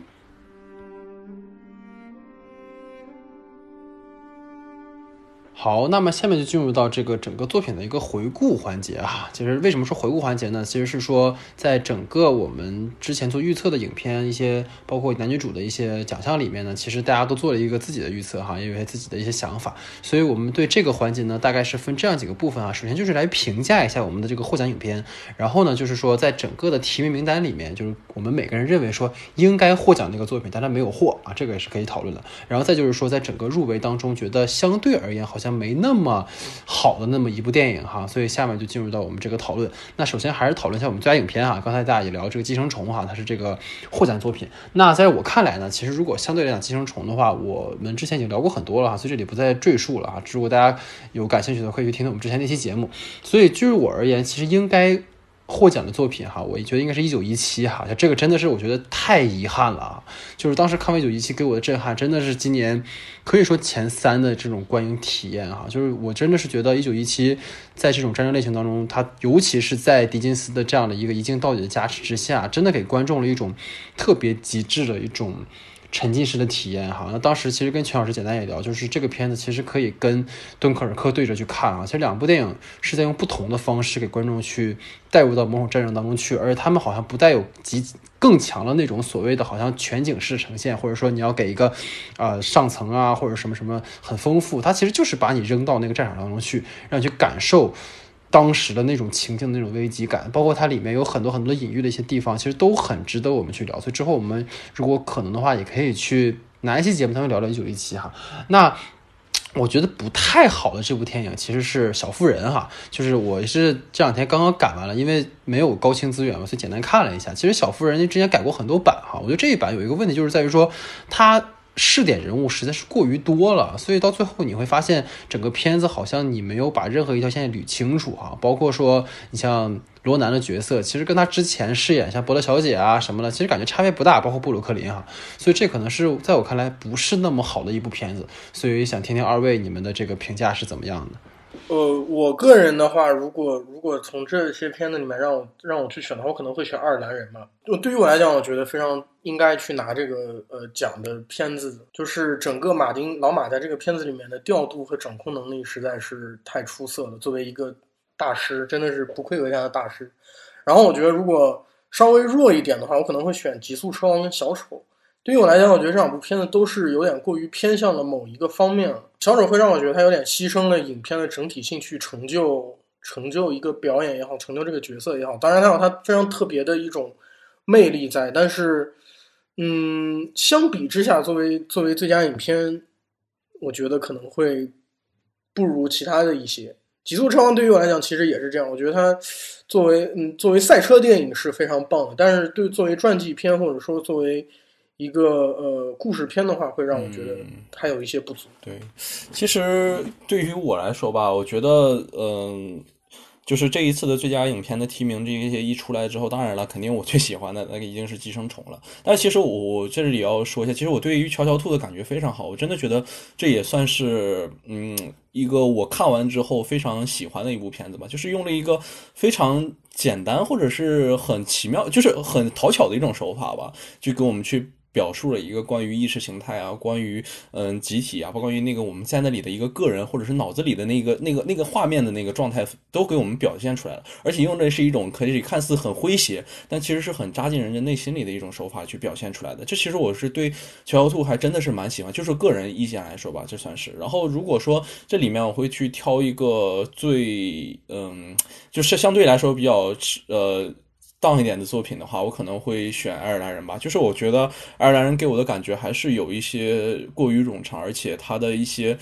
好，那么下面就进入到这个整个作品的一个回顾环节啊。其实为什么说回顾环节呢？其实是说在整个我们之前做预测的影片，一些包括男女主的一些奖项里面呢，其实大家都做了一个自己的预测哈，也有一些自己的一些想法。所以我们对这个环节呢，大概是分这样几个部分啊。首先就是来评价一下我们的这个获奖影片，然后呢就是说在整个的提名名单里面，就是我们每个人认为说应该获奖的一个作品，但它没有获啊，这个也是可以讨论的。然后再就是说在整个入围当中，觉得相对而言好像没那么好的那么一部电影哈，所以下面就进入到我们这个讨论。那首先还是讨论一下我们最佳影片哈，刚才大家也聊这个《寄生虫》哈，它是这个获奖作品。那在我看来呢，其实如果相对来讲《寄生虫》的话，我们之前已经聊过很多了哈，所以这里不再赘述了哈。如果大家有感兴趣的，可以去听听我们之前那期节目。所以就我而言，其实应该获奖的作品哈，我觉得应该是1917哈，这个真的是我觉得太遗憾了啊！就是当时看完1917给我的震撼，真的是今年可以说前3的这种观影体验哈。就是我真的是觉得1917在这种战争类型当中，它尤其是在狄金斯的这样的一个一镜到底的加持之下，真的给观众了一种特别极致的一种沉浸式的体验哈。那当时其实跟全老师简单也聊，就是这个片子其实可以跟敦刻尔克对着去看啊。其实两部电影是在用不同的方式给观众去带入到某种战争当中去，而他们好像不带有更强的那种所谓的好像全景式呈现，或者说你要给一个上层啊或者什么什么很丰富，它其实就是把你扔到那个战场当中去，让你去感受当时的那种情境的那种危机感，包括它里面有很多很多的隐喻的一些地方，其实都很值得我们去聊。所以之后我们如果可能的话，也可以去拿一期节目，他们聊聊1917哈。那我觉得不太好的这部电影其实是小妇人哈，就是我是这两天刚刚赶完了，因为没有高清资源嘛，所以简单看了一下。其实小妇人之前改过很多版哈，我觉得这一版有一个问题就是在于说它试点人物实在是过于多了，所以到最后你会发现整个片子好像你没有把任何一条线捋清楚哈，包括说你像罗南的角色，其实跟他之前饰演像伯乐小姐啊什么的，其实感觉差别不大，包括布鲁克林哈，所以这可能是在我看来不是那么好的一部片子，所以想听听二位你们的这个评价是怎么样的。 我个人的话，如果从这些片子里面让我去选的话，我可能会选《爱尔兰人》嘛。对于我来讲，我觉得非常应该去拿这个奖的片子，就是整个老马在这个片子里面的调度和掌控能力实在是太出色了。作为一个大师，真的是不愧为这样的大师。然后我觉得如果稍微弱一点的话，我可能会选《极速车王》跟《小丑》。对于我来讲，我觉得这两部片子都是有点过于偏向了某一个方面了。小丑会让我觉得他有点牺牲了影片的整体性去成就一个表演也好，成就这个角色也好。当然他有他非常特别的一种魅力在，但是相比之下，作为最佳影片，我觉得可能会不如其他的一些。极速车王对于我来讲其实也是这样，我觉得它作为赛车电影是非常棒的，但是作为传记片或者说作为一个故事片的话，会让我觉得还有一些不足。 对，其实对于我来说吧，我觉得就是这一次的最佳影片的提名这些一出来之后，当然了，肯定我最喜欢的那个已经是《寄生虫》了。但是其实我这里要说一下，其实我对于《乔乔兔》的感觉非常好，我真的觉得这也算是一个我看完之后非常喜欢的一部片子吧，就是用了一个非常简单或者是很奇妙，就是很讨巧的一种手法吧，就给我们去表述了一个关于意识形态啊，关于集体啊，包括关于那个我们在那里的一个个人，或者是脑子里的那个画面的那个状态，都给我们表现出来了。而且用的是一种可以看似很诙谐，但其实是很扎进人家内心里的一种手法去表现出来的。这其实我是对乔乔兔还真的是蛮喜欢，就是个人意见来说吧，这算是。然后如果说这里面我会去挑一个最就是相对来说比较荡一点的作品的话，我可能会选爱尔兰人吧。就是我觉得爱尔兰人给我的感觉还是有一些过于冗长，而且他的一些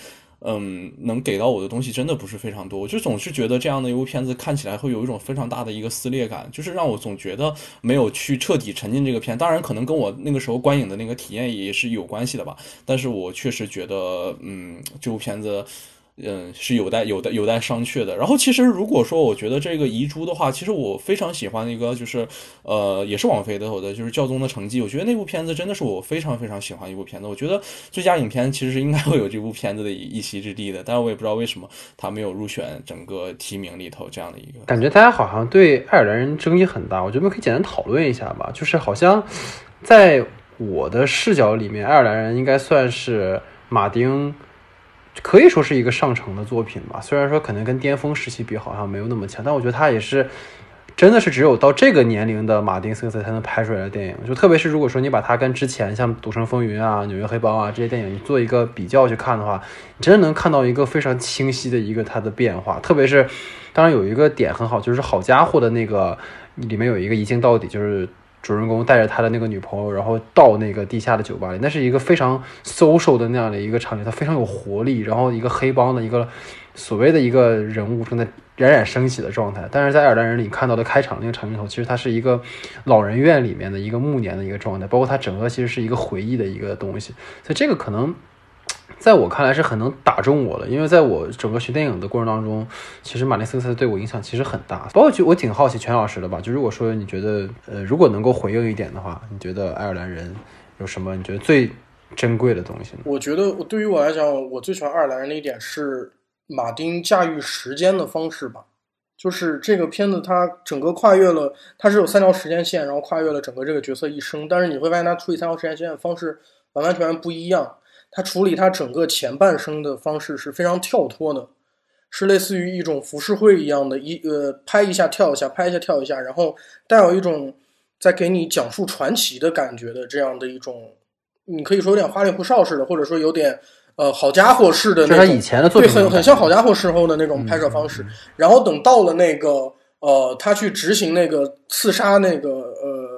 能给到我的东西真的不是非常多。我就总是觉得这样的一部片子看起来会有一种非常大的一个撕裂感，就是让我总觉得没有去彻底沉浸这个片。当然可能跟我那个时候观影的那个体验也是有关系的吧，但是我确实觉得这部片子是有待商榷的。然后其实如果说我觉得这个遗珠的话，其实我非常喜欢的一个就是也是网飞的就是教宗的成绩。我觉得那部片子真的是我非常非常喜欢一部片子。我觉得最佳影片其实应该会有这部片子的一席之地的，但是我也不知道为什么它没有入选整个提名里头这样的一个。 感觉大家好像对爱尔兰人争议很大，我觉得我们可以简单讨论一下吧。就是好像在我的视角里面，爱尔兰人应该算是马丁可以说是一个上乘的作品吧，虽然说可能跟巅峰时期比好像没有那么强，但我觉得他也是真的是只有到这个年龄的马丁斯科塞才能拍出来的电影。就特别是如果说你把它跟之前像《赌城风云》啊、《纽约黑帮》啊这些电影你做一个比较去看的话，你真的能看到一个非常清晰的一个它的变化。特别是当然有一个点很好，就是好家伙的那个里面有一个一镜到底，就是主人公带着他的那个女朋友，然后到那个地下的酒吧里，那是一个非常 social 的那样的一个场景，它非常有活力，然后一个黑帮的一个所谓的一个人物正在冉冉升起的状态。但是在爱尔兰人里看到的开场那个场景头，其实它是一个老人院里面的一个暮年的一个状态，包括它整个其实是一个回忆的一个东西。所以这个可能在我看来是很能打中我的，因为在我整个学电影的过程当中，其实马丁斯科塞对我影响其实很大。包括我挺好奇全老师的吧，就如果说你觉得如果能够回应一点的话，你觉得爱尔兰人有什么你觉得最珍贵的东西呢？ 我觉得对于我来讲，我最喜欢爱尔兰人的一点是马丁驾驭时间的方式吧。就是这个片子它整个跨越了，它是有3条时间线，然后跨越了整个这个角色一生，但是你会发现它处理3条时间线的方式完完全全不一样。他处理他整个前半生的方式是非常跳脱的，是类似于一种浮世绘一样的拍一下跳一下，拍一下跳一下，然后带有一种在给你讲述传奇的感觉的这样的一种，你可以说有点花里胡哨式的，或者说有点好家伙式的那种， 就是他以前的作品对，很像好家伙时候的那种拍摄方式。然后等到了那个他去执行那个刺杀那个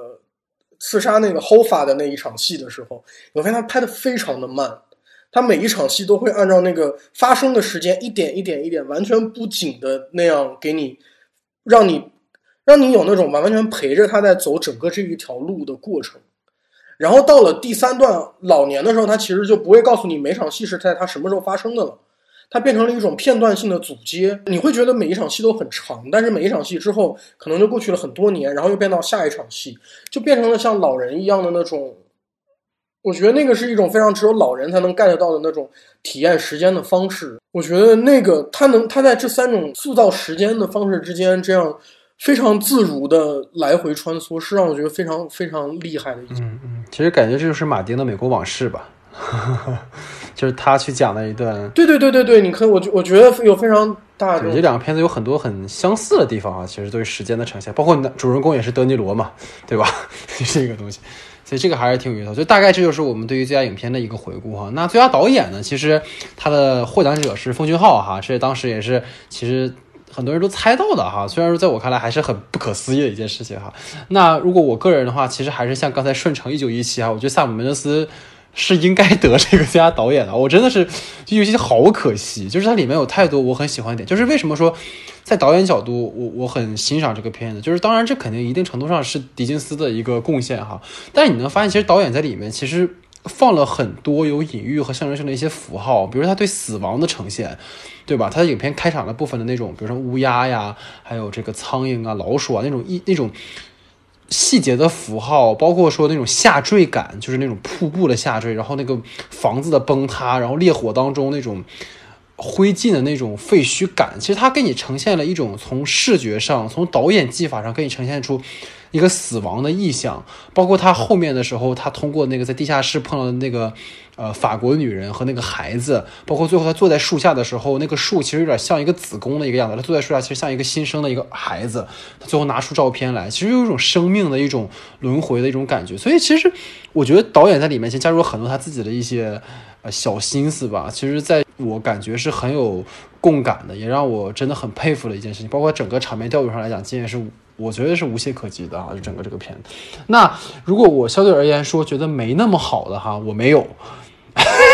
Hoffa 的那一场戏的时候，你会发现他拍的非常的慢。他每一场戏都会按照那个发生的时间一点一点一点完全不紧的那样给你，让你有那种完完全陪着他在走整个这一条路的过程。然后到了第3段老年的时候，他其实就不会告诉你每场戏是在他什么时候发生的了，它变成了一种片段性的组接。你会觉得每一场戏都很长，但是每一场戏之后可能就过去了很多年，然后又变到下一场戏，就变成了像老人一样的那种，我觉得那个是一种非常只有老人才能 get 到的那种体验时间的方式。我觉得那个他在这3种塑造时间的方式之间这样非常自如的来回穿梭，是让我觉得非常非常厉害的一点。 其实感觉这就是马丁的美国往事吧。就是他去讲的一段， 对，你可以，我觉得有非常大的。 这2个片子有很多很相似的地方啊，其实对于时间的呈现，包括主人公也是德尼罗嘛，对吧？是一个东西，所以这个还是挺有意思的。就大概这就是我们对于最佳影片的一个回顾哈。那最佳导演呢，其实他的获奖者是奉俊昊哈，这当时也是其实很多人都猜到的哈，虽然说在我看来还是很不可思议的一件事情哈。那如果我个人的话，其实还是像刚才顺承1917哈，我觉得萨姆门德斯是应该得这个最佳导演的。我真的是1917好可惜，就是它里面有太多我很喜欢的点。就是为什么说在导演角度我很欣赏这个片子，就是当然这肯定一定程度上是狄金斯的一个贡献哈，但是你能发现其实导演在里面其实放了很多有隐喻和象征性的一些符号，比如他对死亡的呈现，对吧？他的影片开场的部分的那种，比如说乌鸦呀，还有这个苍蝇啊、老鼠啊那种细节的符号，包括说那种下坠感，就是那种瀑布的下坠，然后那个房子的崩塌，然后烈火当中那种灰烬的那种废墟感，其实它给你呈现了一种从视觉上从导演技法上给你呈现出一个死亡的意象。包括他后面的时候，他通过那个在地下室碰到的那个法国女人和那个孩子，包括最后他坐在树下的时候，那个树其实有点像一个子宫的一个样子，他坐在树下其实像一个新生的一个孩子，他最后拿出照片来，其实有一种生命的一种轮回的一种感觉。所以其实我觉得导演在里面其实加入了很多他自己的一些小心思吧，其实在我感觉是很有共感的，也让我真的很佩服的一件事情。包括整个场面调度上来讲，今年是我觉得是无懈可击的啊，就整个这个片子。那如果我相对而言说觉得没那么好的哈，我没有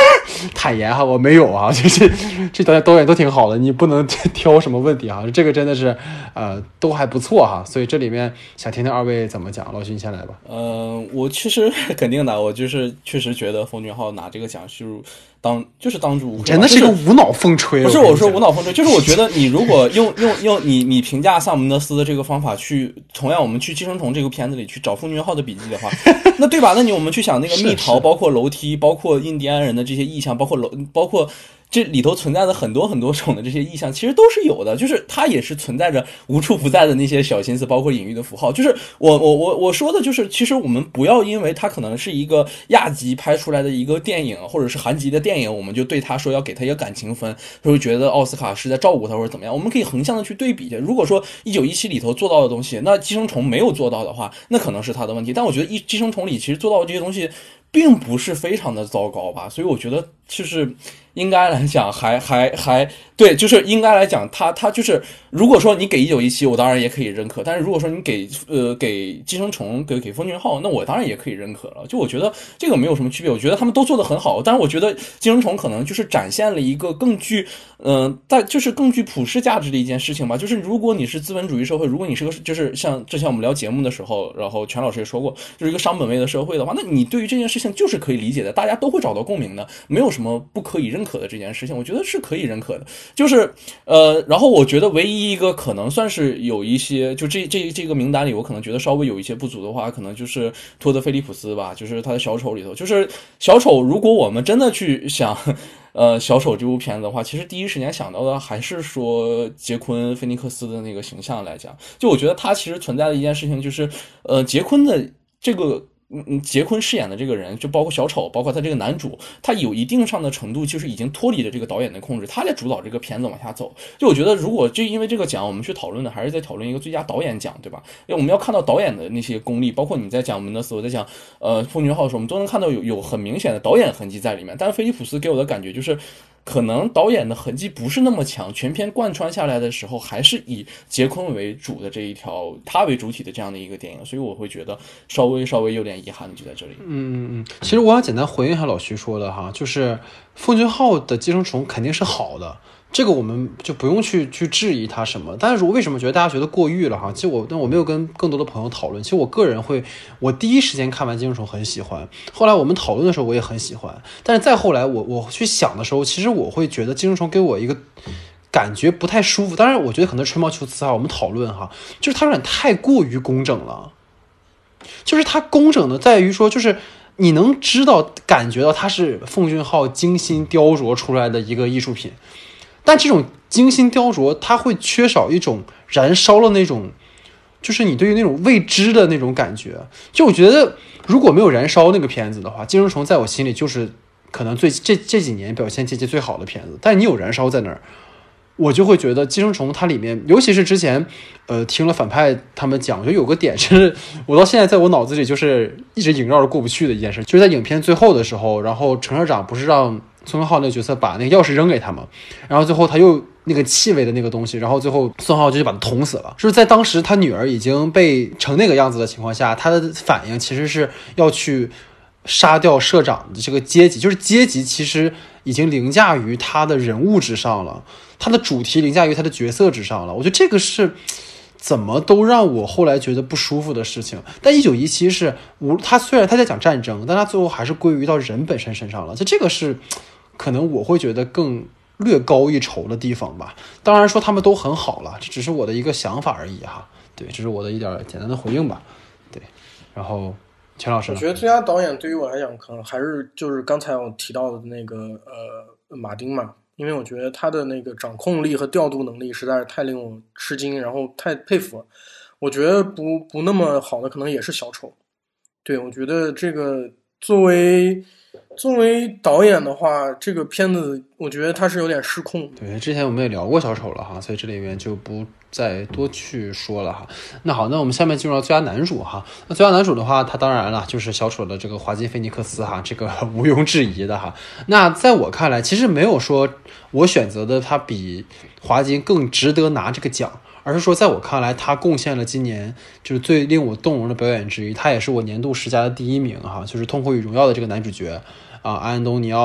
坦言哈，我没有啊，就是这导演都挺好的，你不能挑什么问题哈，这个真的是都还不错哈，所以这里面想听听二位怎么讲，老徐你先来吧。 我其实肯定的，我就是确实觉得奉俊昊拿这个奖当之无愧， 真的是个无脑风吹。 不是我说无脑风吹，就是我觉得你如果用你评价萨姆门德斯的这个方法去，同样我们去寄生虫这个片子里去找奉俊昊的笔记的话，那对吧？那我们去想那个蜜桃，包括楼梯，包括印第安人的这些意象，包括这里头存在的很多很多种的这些意象，其实都是有的，就是它也是存在着无处不在的那些小心思，包括隐喻的符号。就是我说的就是，其实我们不要因为它可能是一个亚级拍出来的一个电影，或者是韩籍的电影，我们就对他说要给他一个感情分，会觉得奥斯卡是在照顾他或者怎么样。我们可以横向的去对比一下，如果说1917里头做到的东西，那寄生虫没有做到的话，那可能是他的问题。但我觉得寄生虫里其实做到的这些东西并不是非常的糟糕吧，所以我觉得就是应该来讲还对，就是应该来讲他就是，如果说你给1917，我当然也可以认可，但是如果说你给寄生虫给奉俊昊，那我当然也可以认可了。就我觉得这个没有什么区别，我觉得他们都做得很好，但是我觉得寄生虫可能就是展现了一个更具就是更具普世价值的一件事情吧。就是如果你是资本主义社会，如果你是个就是像之前我们聊节目的时候，然后全老师也说过，就是一个商本位的社会的话，那你对于这件事情就是可以理解的，大家都会找到共鸣的，没有什么不可以认可的这件事情，我觉得是可以认可的。就是然后我觉得唯一一个可能算是有一些，就这个名单里，我可能觉得稍微有一些不足的话，可能就是托德·菲利普斯吧，就是他的小丑里头，就是小丑，如果我们真的去想小丑这部片子的话，其实第一时间想到的还是说杰昆·菲尼克斯的那个形象来讲，就我觉得他其实存在的一件事情就是杰昆的这个杰昆饰演的这个人，就包括小丑，包括他这个男主，他有一定上的程度就是已经脱离了这个导演的控制，他在主导这个片子往下走。就我觉得如果就因为这个奖我们去讨论的还是在讨论一个最佳导演奖，对吧？因为我们要看到导演的那些功力，包括你在讲门德斯，我在讲奉俊昊的时候，我们都能看到有很明显的导演痕迹在里面。但是菲利普斯给我的感觉就是可能导演的痕迹不是那么强，全片贯穿下来的时候还是以杰昆为主的这一条，他为主体的这样的一个电影，所以我会觉得稍微有点遗憾就在这里。 其实我想简单回应一下老徐说的哈，就是奉俊昊的寄生虫肯定是好的，这个我们就不用去质疑他什么。但是我为什么觉得大家觉得过誉了哈？其实我没有跟更多的朋友讨论，其实我个人我第一时间看完寄生虫很喜欢，后来我们讨论的时候我也很喜欢，但是再后来我去想的时候，其实我会觉得寄生虫给我一个感觉不太舒服。当然我觉得可能吹毛求疵哈，我们讨论哈，就是它有点太过于工整了。就是它工整的在于说，就是你能知道感觉到它是奉俊昊精心雕琢出来的一个艺术品，但这种精心雕琢它会缺少一种燃烧的那种，就是你对于那种未知的那种感觉。就我觉得如果没有燃烧那个片子的话，寄生虫在我心里就是可能这几年表现阶级最好的片子，但你有燃烧在那儿，我就会觉得寄生虫它里面，尤其是之前听了反派他们讲，就有个点是我到现在在我脑子里就是一直萦绕着过不去的一件事，就是在影片最后的时候，然后程社长不是让宋康昊那个角色把那个钥匙扔给他吗？然后最后他又那个气味的那个东西，然后最后宋康昊就把他捅死了。就是在当时他女儿已经被成那个样子的情况下，他的反应其实是要去杀掉社长的这个阶级，就是阶级其实已经凌驾于他的人物之上了，他的主题凌驾于他的角色之上了。我觉得这个是怎么都让我后来觉得不舒服的事情。但1917是他虽然他在讲战争，但他最后还是归于到人本身身上了，就这个是可能我会觉得更略高一筹的地方吧。当然说他们都很好了，这只是我的一个想法而已哈。对，这是我的一点简单的回应吧。对，然后钱老师呢？ 我觉得最佳导演对于我来讲，可能还是就是刚才我提到的那个马丁嘛，因为我觉得他的那个掌控力和调度能力实在是太令我吃惊，然后太佩服了。我觉得不那么好的可能也是小丑。对，我觉得这个作为导演的话，这个片子我觉得他是有点失控。 对，之前我们也聊过小丑了哈，所以这里面就不再多去说了哈。那好，那我们下面进入到最佳男主哈。那最佳男主的话，他当然了就是小丑的这个华金菲尼克斯哈，这个毋庸置疑的哈。那在我看来，其实没有说我选择的他比华金更值得拿这个奖，而是说在我看来，他贡献了今年就是最令我动容的表演之一，他也是我年度10佳的第1名哈，就是《痛苦与荣耀》的这个男主角啊，安东尼奥·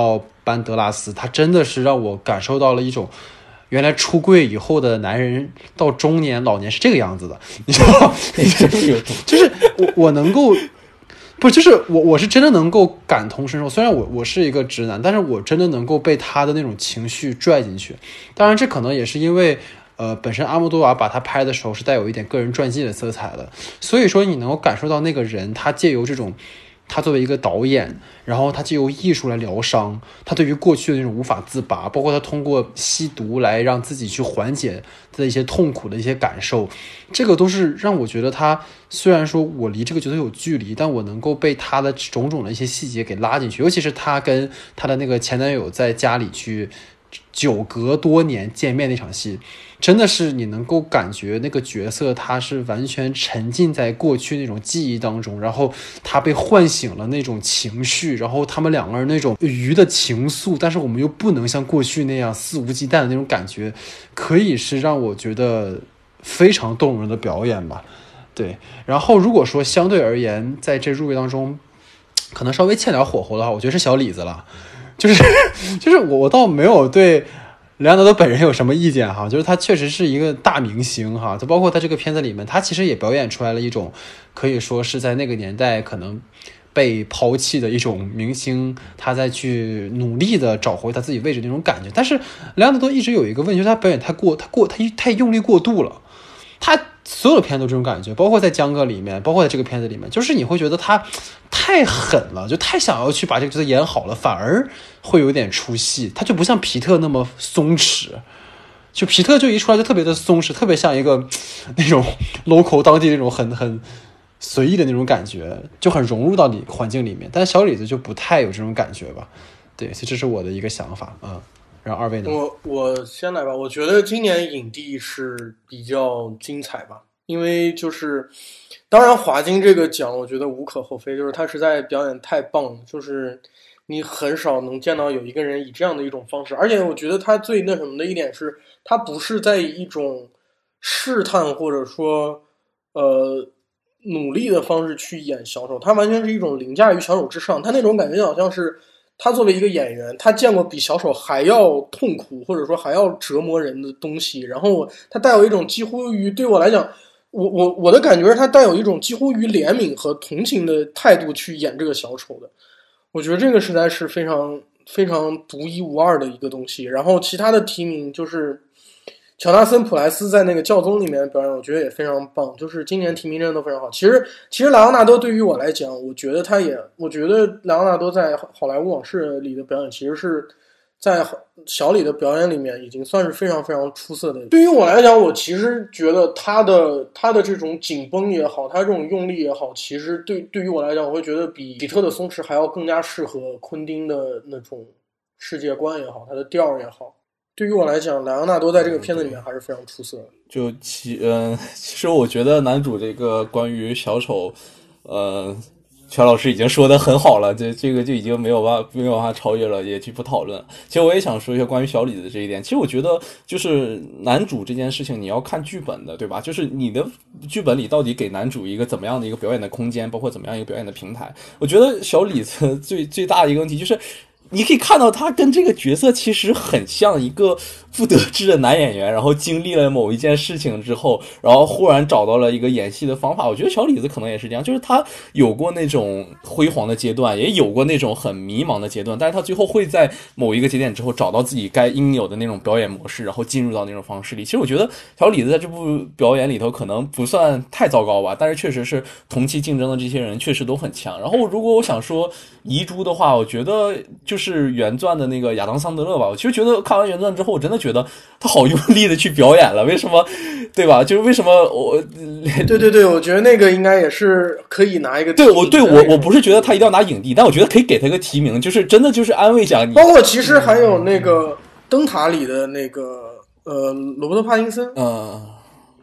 班德拉斯，他真的是让我感受到了一种原来出柜以后的男人到中年老年是这个样子的，你知道吗？就是我能够不就是我是真的能够感同身受，虽然我是一个直男，但是我真的能够被他的那种情绪拽进去。当然这可能也是因为本身阿莫多瓦把他拍的时候是带有一点个人传记的色彩的，所以说你能够感受到那个人他借由这种他作为一个导演，然后他借由艺术来疗伤，他对于过去的那种无法自拔，包括他通过吸毒来让自己去缓解他的一些痛苦的一些感受，这个都是让我觉得他虽然说我离这个角色有距离，但我能够被他的种种的一些细节给拉进去，尤其是他跟他的那个前男友在家里去久隔多年见面那场戏，真的是你能够感觉那个角色他是完全沉浸在过去那种记忆当中，然后他被唤醒了那种情绪，然后他们两个人那种鱼的情愫，但是我们又不能像过去那样肆无忌惮的那种感觉，可以是让我觉得非常动人的表演吧。对，然后如果说相对而言在这入围当中可能稍微欠点火候的话，我觉得是小李子了。就是我倒没有对莱昂纳多本人有什么意见哈，就是他确实是一个大明星哈，就包括他这个片子里面，他其实也表演出来了一种可以说是在那个年代可能被抛弃的一种明星，他在去努力的找回他自己位置的那种感觉。但是莱昂纳多一直有一个问题，就是他表演太用力过度了，他所有的片都这种感觉，包括在江哥里面，包括在这个片子里面，就是你会觉得他太狠了，就太想要去把这个角色演好了，反而会有点出戏。他就不像皮特那么松弛，就皮特就一出来就特别的松弛，特别像一个那种 local 当地那种很随意的那种感觉，就很融入到你环境里面。但是小李子就不太有这种感觉吧。对，所以这是我的一个想法啊。然后二位呢？ 我先来吧。我觉得今年影帝是比较精彩吧，因为就是当然华金这个奖我觉得无可厚非，就是他实在表演太棒了，就是你很少能见到有一个人以这样的一种方式，而且我觉得他最那什么的一点是，他不是在以一种试探或者说努力的方式去演小丑，他完全是一种凌驾于小丑之上，他那种感觉好像是他作为一个演员，他见过比小丑还要痛苦或者说还要折磨人的东西，然后他带有一种几乎于对我来讲，我的感觉是他带有一种几乎于怜悯和同情的态度去演这个小丑的。我觉得这个实在是非常非常独一无二的一个东西。然后其他的提名就是乔纳森·普莱斯在那个教宗里面的表演，我觉得也非常棒，就是今年提名真的都非常好。其实莱昂纳多对于我来讲，我觉得莱昂纳多在好莱坞往事里的表演，其实是在小李的表演里面已经算是非常非常出色的。对于我来讲，我其实觉得他的这种紧绷也好，他这种用力也好，其实对于我来讲，我会觉得比皮特的松弛还要更加适合昆汀的那种世界观也好，他的调也好。对于我来讲，莱昂纳多在这个片子里面还是非常出色的。 就其实我觉得男主这个关于小丑，全老师已经说得很好了，这个就已经没有办法超越了，也去不讨论。其实我也想说一下关于小李子这一点。其实我觉得就是男主这件事情，你要看剧本的，对吧？就是你的剧本里到底给男主一个怎么样的一个表演的空间，包括怎么样一个表演的平台。我觉得小李子最大的一个问题就是，你可以看到他跟这个角色其实很像一个不得志的男演员，然后经历了某一件事情之后，然后忽然找到了一个演戏的方法。我觉得小李子可能也是这样，就是他有过那种辉煌的阶段，也有过那种很迷茫的阶段，但是他最后会在某一个节点之后找到自己该应有的那种表演模式，然后进入到那种方式里。其实我觉得小李子在这部表演里头可能不算太糟糕吧，但是确实是同期竞争的这些人确实都很强。然后如果我想说遗珠的话，我觉得就是原钻的那个亚当桑德勒吧。我其实觉得看完原钻之后，我真的觉得他好用力的去表演了，为什么？对吧？就是为什么我对，我觉得那个应该也是可以拿一个提名。 我不是觉得他一定要拿影帝，但我觉得可以给他一个提名，就是真的就是安慰奖。 包括其实还有那个灯塔里的那个罗伯特帕丁森，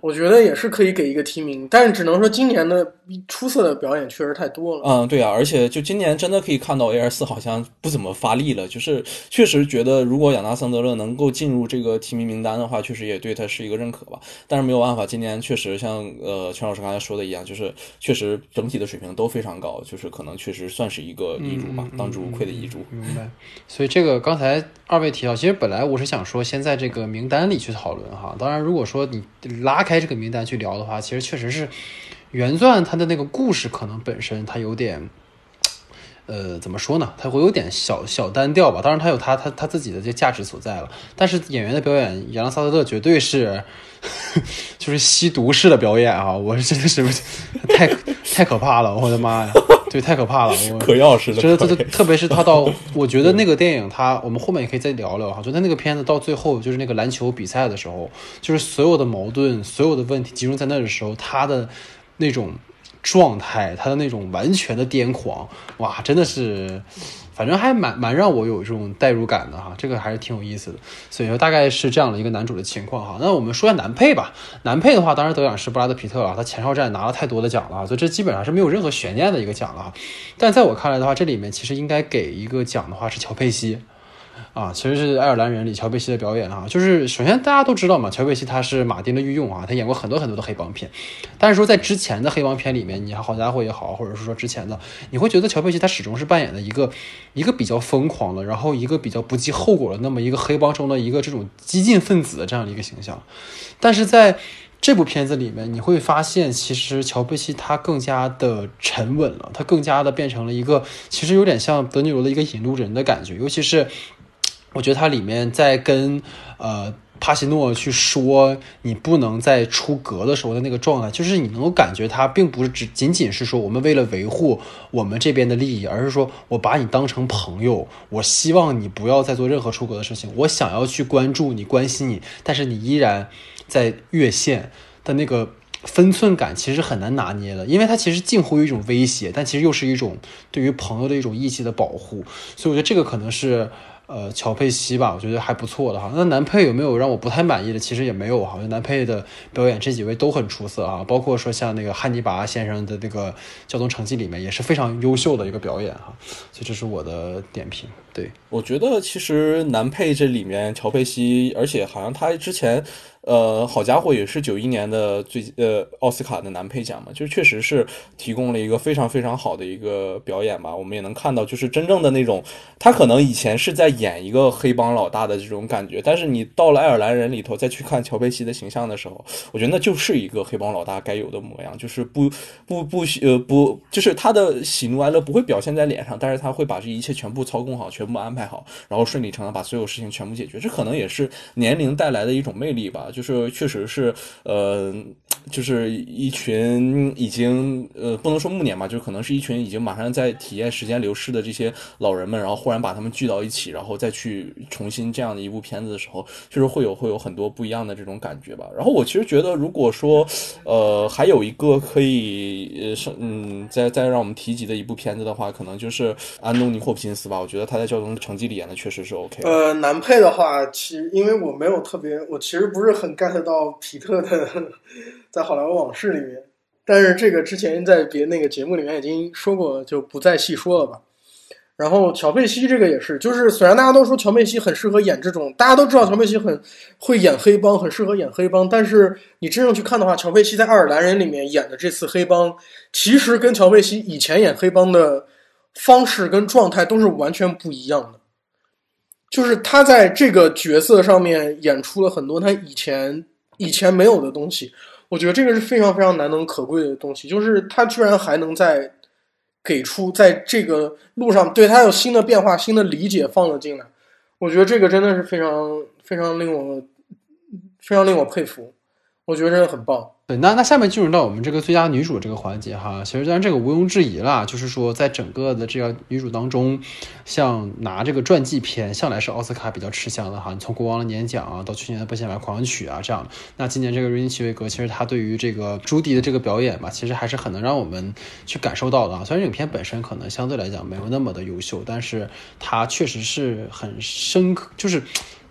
我觉得也是可以给一个提名，但是只能说今年的出色的表演确实太多了。 对啊，而且就今年真的可以看到 A24 好像不怎么发力了，就是确实觉得如果亚纳桑德勒能够进入这个提名名单的话，确实也对他是一个认可吧。但是没有办法，今年确实像全老师刚才说的一样，就是确实整体的水平都非常高，就是可能确实算是一个遗珠吧，当之无愧的遗珠。 明白。所以这个刚才二位提到，其实本来我是想说先在这个名单里去讨论哈，当然如果说你拉开这个名单去聊的话，其实确实是原钻它的那个故事可能本身它有点怎么说呢，它会有点小单调吧，当然它有它自己的这价值所在了，但是演员的表演，亚当萨德勒绝对是就是吸毒式的表演啊，我真的是太可怕了，我的妈呀，对，太可怕了， 嗑药似的， 真的特别是他到，我觉得那个电影我们后面也可以再聊聊哈，就他那个片子到最后就是那个篮球比赛的时候，就是所有的矛盾所有的问题集中在那的时候，他的那种状态，他的那种完全的癫狂，哇，真的是反正还蛮让我有这种代入感的哈，这个还是挺有意思的。所以说大概是这样的一个男主的情况哈。那我们说下男配吧。男配的话，当然得奖是布拉德皮特了，他前哨战拿了太多的奖了，所以这基本上是没有任何悬念的一个奖了哈。但在我看来的话，这里面其实应该给一个奖的话是乔佩西。啊，其实是爱尔兰人里乔佩西的表演啊，就是首先大家都知道嘛，乔佩西他是马丁的御用啊，他演过很多的黑帮片，但是说在之前的黑帮片里面，你看好家伙也好，或者是说之前的，你会觉得乔佩西他始终是扮演的一个比较疯狂的，然后一个比较不计后果的那么一个黑帮中的一个这种激进分子的这样的一个形象，但是在这部片子里面，你会发现，其实乔佩西他更加的沉稳了，他更加的变成了一个其实有点像德尼罗的一个引路人的感觉，尤其是我觉得它里面在跟帕西诺去说你不能再出格的时候的那个状态，就是你能够感觉他并不是仅仅是说我们为了维护我们这边的利益，而是说我把你当成朋友，我希望你不要再做任何出格的事情，我想要去关注你关心你，但是你依然在越线的那个分寸感其实很难拿捏的，因为它其实近乎于一种威胁，但其实又是一种对于朋友的一种义气的保护，所以我觉得这个可能是乔佩西吧，我觉得还不错的哈。那男配有没有让我不太满意的？其实也没有哈，男配的表演这几位都很出色啊，包括说像那个汉尼拔先生的那个交通成绩里面也是非常优秀的一个表演哈，所以这是我的点评。对， 我觉得其实男配这里面乔佩西，而且好像他之前好家伙也是91年的奥斯卡的男配奖嘛，就确实是提供了一个非常非常好的一个表演吧。我们也能看到，就是真正的那种，他可能以前是在演一个黑帮老大的这种感觉，但是你到了爱尔兰人里头再去看乔佩西的形象的时候，我觉得那就是一个黑帮老大该有的模样，就是不，就是他的喜怒哀乐不会表现在脸上，但是他会把这一切全部操控好，全部安排好，然后顺理成章把所有事情全部解决。这可能也是年龄带来的一种魅力吧。就是确实是就是一群已经不能说暮年吧，就可能是一群已经马上在体验时间流逝的这些老人们，然后忽然把他们聚到一起，然后再去重新这样的一部片子的时候，就是会有很多不一样的这种感觉吧。然后我其实觉得，如果说还有一个可以再让我们提及的一部片子的话，可能就是安东尼·霍普金斯吧。我觉得他在交通成绩里演的确实是 OK 的。 男配的话，其实因为我没有我其实不是很 get 到皮特的在好莱坞往事里面，但是这个之前在那个节目里面已经说过，就不再细说了吧。然后乔佩西这个也是，就是虽然大家都说乔佩西很适合演这种，大家都知道乔佩西很会演黑帮，很适合演黑帮，但是你真正去看的话，乔佩西在爱尔兰人里面演的这次黑帮，其实跟乔佩西以前演黑帮的方式跟状态都是完全不一样的。就是他在这个角色上面演出了很多他以前没有的东西，我觉得这个是非常非常难能可贵的东西，就是他居然还能给出在这个路上对他有新的变化、新的理解放了进来，我觉得这个真的是非常非常令我佩服，我觉得真的很棒。 对，那下面进入到我们这个最佳女主这个环节哈，其实当然这个毋庸置疑啦，就是说在整个的这个女主当中，像拿这个传记片向来是奥斯卡比较吃香的哈，你从国王的年奖啊到去年的不显白狂想曲啊这样，那今年这个瑞妮奇维格其实她对于这个朱迪的这个表演吧，其实还是很能让我们去感受到的啊。虽然影片本身可能相对来讲没有那么的优秀，但是它确实是很深刻，就是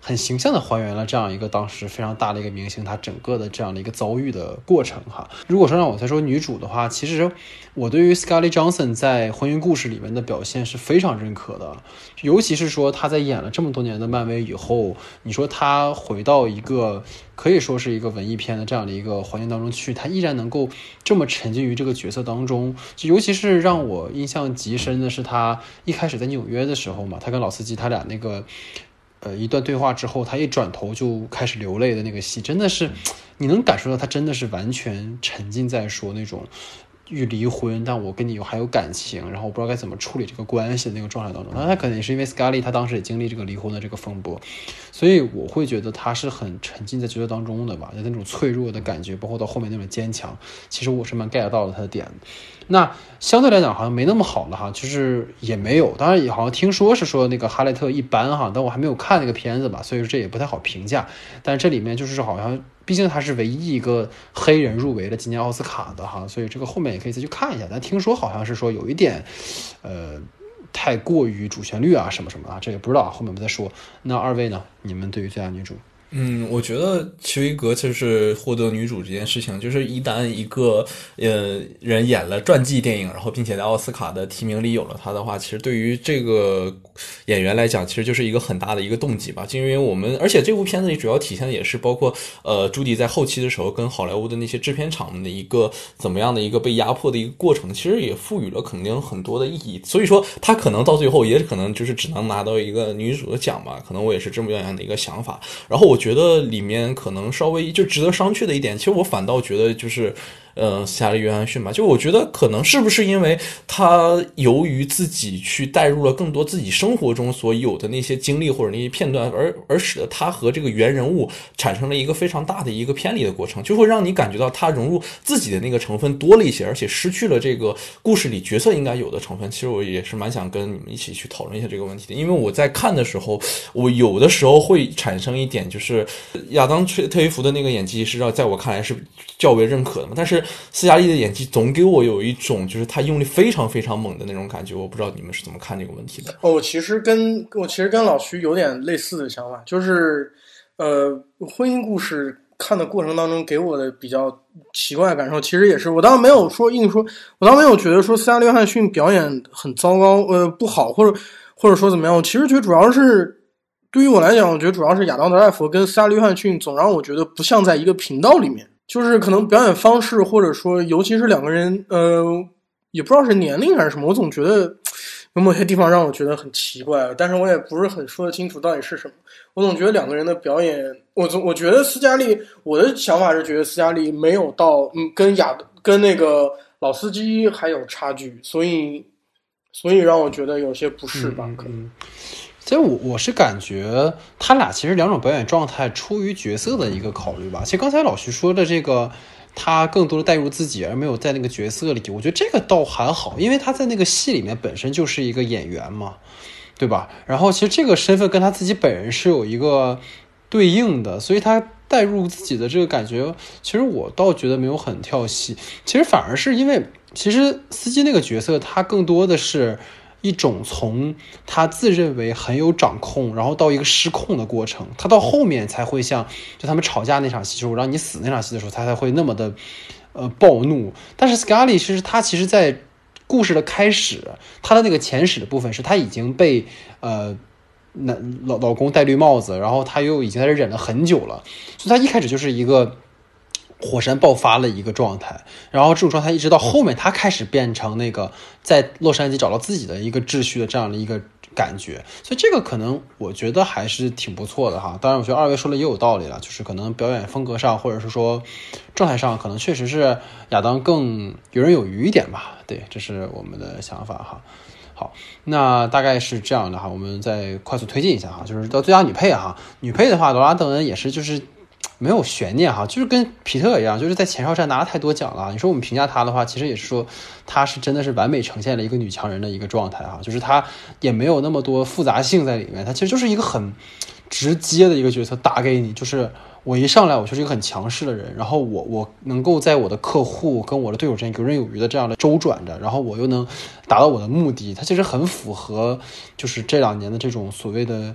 很形象的还原了这样一个当时非常大的一个明星他整个的这样的一个遭遇的过程哈。如果说让我再说女主的话，其实我对于 Scarlett Johansson 在婚姻故事里面的表现是非常认可的，尤其是说她在演了这么多年的漫威以后，你说她回到一个可以说是一个文艺片的这样的一个环境当中去，她依然能够这么沉浸于这个角色当中。尤其是让我印象极深的是她一开始在纽约的时候嘛，她跟老司机他俩那个一段对话之后，他一转头就开始流泪的那个戏，真的是你能感受到他真的是完全沉浸在说那种欲离婚但我跟你还有感情，然后我不知道该怎么处理这个关系的那个状态当中。那他可能也是因为 Scarlett 他当时也经历这个离婚的这个风波，所以我会觉得他是很沉浸在角色当中的吧，就那种脆弱的感觉，包括到后面那种坚强，其实我是蛮 get 到了他的点的。那相对来讲好像没那么好了哈，就是也没有，当然也好像听说是说那个哈雷特一般哈，但我还没有看那个片子吧，所以说这也不太好评价。但是这里面就是好像毕竟他是唯一一个黑人入围了今年奥斯卡的哈，所以这个后面也可以再去看一下。但听说好像是说有一点太过于主旋律啊什么什么啊，这也不知道，后面我们再说。那二位呢，你们对于最佳女主？ 我觉得齐维格就是获得女主这件事情，就是一旦一个人演了传记电影，然后并且在奥斯卡的提名里有了他的话，其实对于这个演员来讲，其实就是一个很大的一个动机吧。就因为我们，而且这部片子里主要体现的也是包括朱迪在后期的时候跟好莱坞的那些制片厂们的一个怎么样的一个被压迫的一个过程，其实也赋予了肯定很多的意义。所以说他可能到最后也可能就是只能拿到一个女主的奖吧，可能我也是这么样的一个想法。然后我觉得里面可能稍微就值得商榷的一点，其实我反倒觉得就是斯嘉丽·约翰逊吧，就我觉得可能是不是因为他由于自己去带入了更多自己生活中所有的那些经历或者那些片段，而使得他和这个原人物产生了一个非常大的一个偏离的过程，就会让你感觉到他融入自己的那个成分多了一些，而且失去了这个故事里角色应该有的成分。其实我也是蛮想跟你们一起去讨论一下这个问题的，因为我在看的时候，我有的时候会产生一点，就是亚当·特维弗的那个演技是在我看来是较为认可的嘛，但是斯嘉丽的演技总给我有一种就是他用力非常非常猛的那种感觉，我不知道你们是怎么看这个问题的。 我其实跟老徐有点类似的想法，就是婚姻故事看的过程当中给我的比较奇怪的感受，其实也是我当然没有说硬说，我当然没有觉得说斯嘉丽·约翰逊表演很糟糕，不好，或者说怎么样，我其实觉得主要是对于我来讲，我觉得主要是亚当·德莱佛跟斯嘉丽·约翰逊总让我觉得不像在一个频道里面，就是可能表演方式或者说尤其是两个人也不知道是年龄还是什么，我总觉得有某些地方让我觉得很奇怪，但是我也不是很说得清楚到底是什么。我总觉得两个人的表演，我觉得斯嘉丽，我的想法是觉得斯嘉丽没有到跟那个老司机还有差距，所以让我觉得有些不适吧，可能。 所以我是感觉他俩其实两种表演状态出于角色的一个考虑吧。其实刚才老徐说的这个，他更多的带入自己而没有在那个角色里，我觉得这个倒还好，因为他在那个戏里面本身就是一个演员嘛，对吧？然后其实这个身份跟他自己本人是有一个对应的，所以他带入自己的这个感觉，其实我倒觉得没有很跳戏。其实反而是因为其实司机那个角色他更多的是一种从他自认为很有掌控，然后到一个失控的过程，他到后面才会像就他们吵架那场戏，就是我让你死那场戏的时候，他才会那么的暴怒。但是 Scarlett 其实在故事的开始，他的那个前史的部分是他已经被老公戴绿帽子，然后他又已经在这忍了很久了，所以他一开始就是一个火山爆发了一个状态，然后这种状态一直到后面他开始变成那个在洛杉矶找到自己的一个秩序的这样的一个感觉，所以这个可能我觉得还是挺不错的哈。当然我觉得二位说的也有道理了，就是可能表演风格上或者是说状态上可能确实是亚当更游刃有余一点吧，对，这是我们的想法哈。好，那大概是这样的哈，我们再快速推进一下哈，就是到最佳女配哈，女配的话劳拉·邓恩也是就是没有悬念哈，就是跟皮特一样，就是在前哨站拿了太多奖了。你说我们评价他的话，其实也是说他是真的是完美呈现了一个女强人的一个状态哈，就是他也没有那么多复杂性在里面，他其实就是一个很直接的一个角色打给你，就是我一上来我就是一个很强势的人，然后我能够在我的客户跟我的对手之间游刃有余的这样的周转着，然后我又能达到我的目的，它其实很符合就是这2年的这种所谓的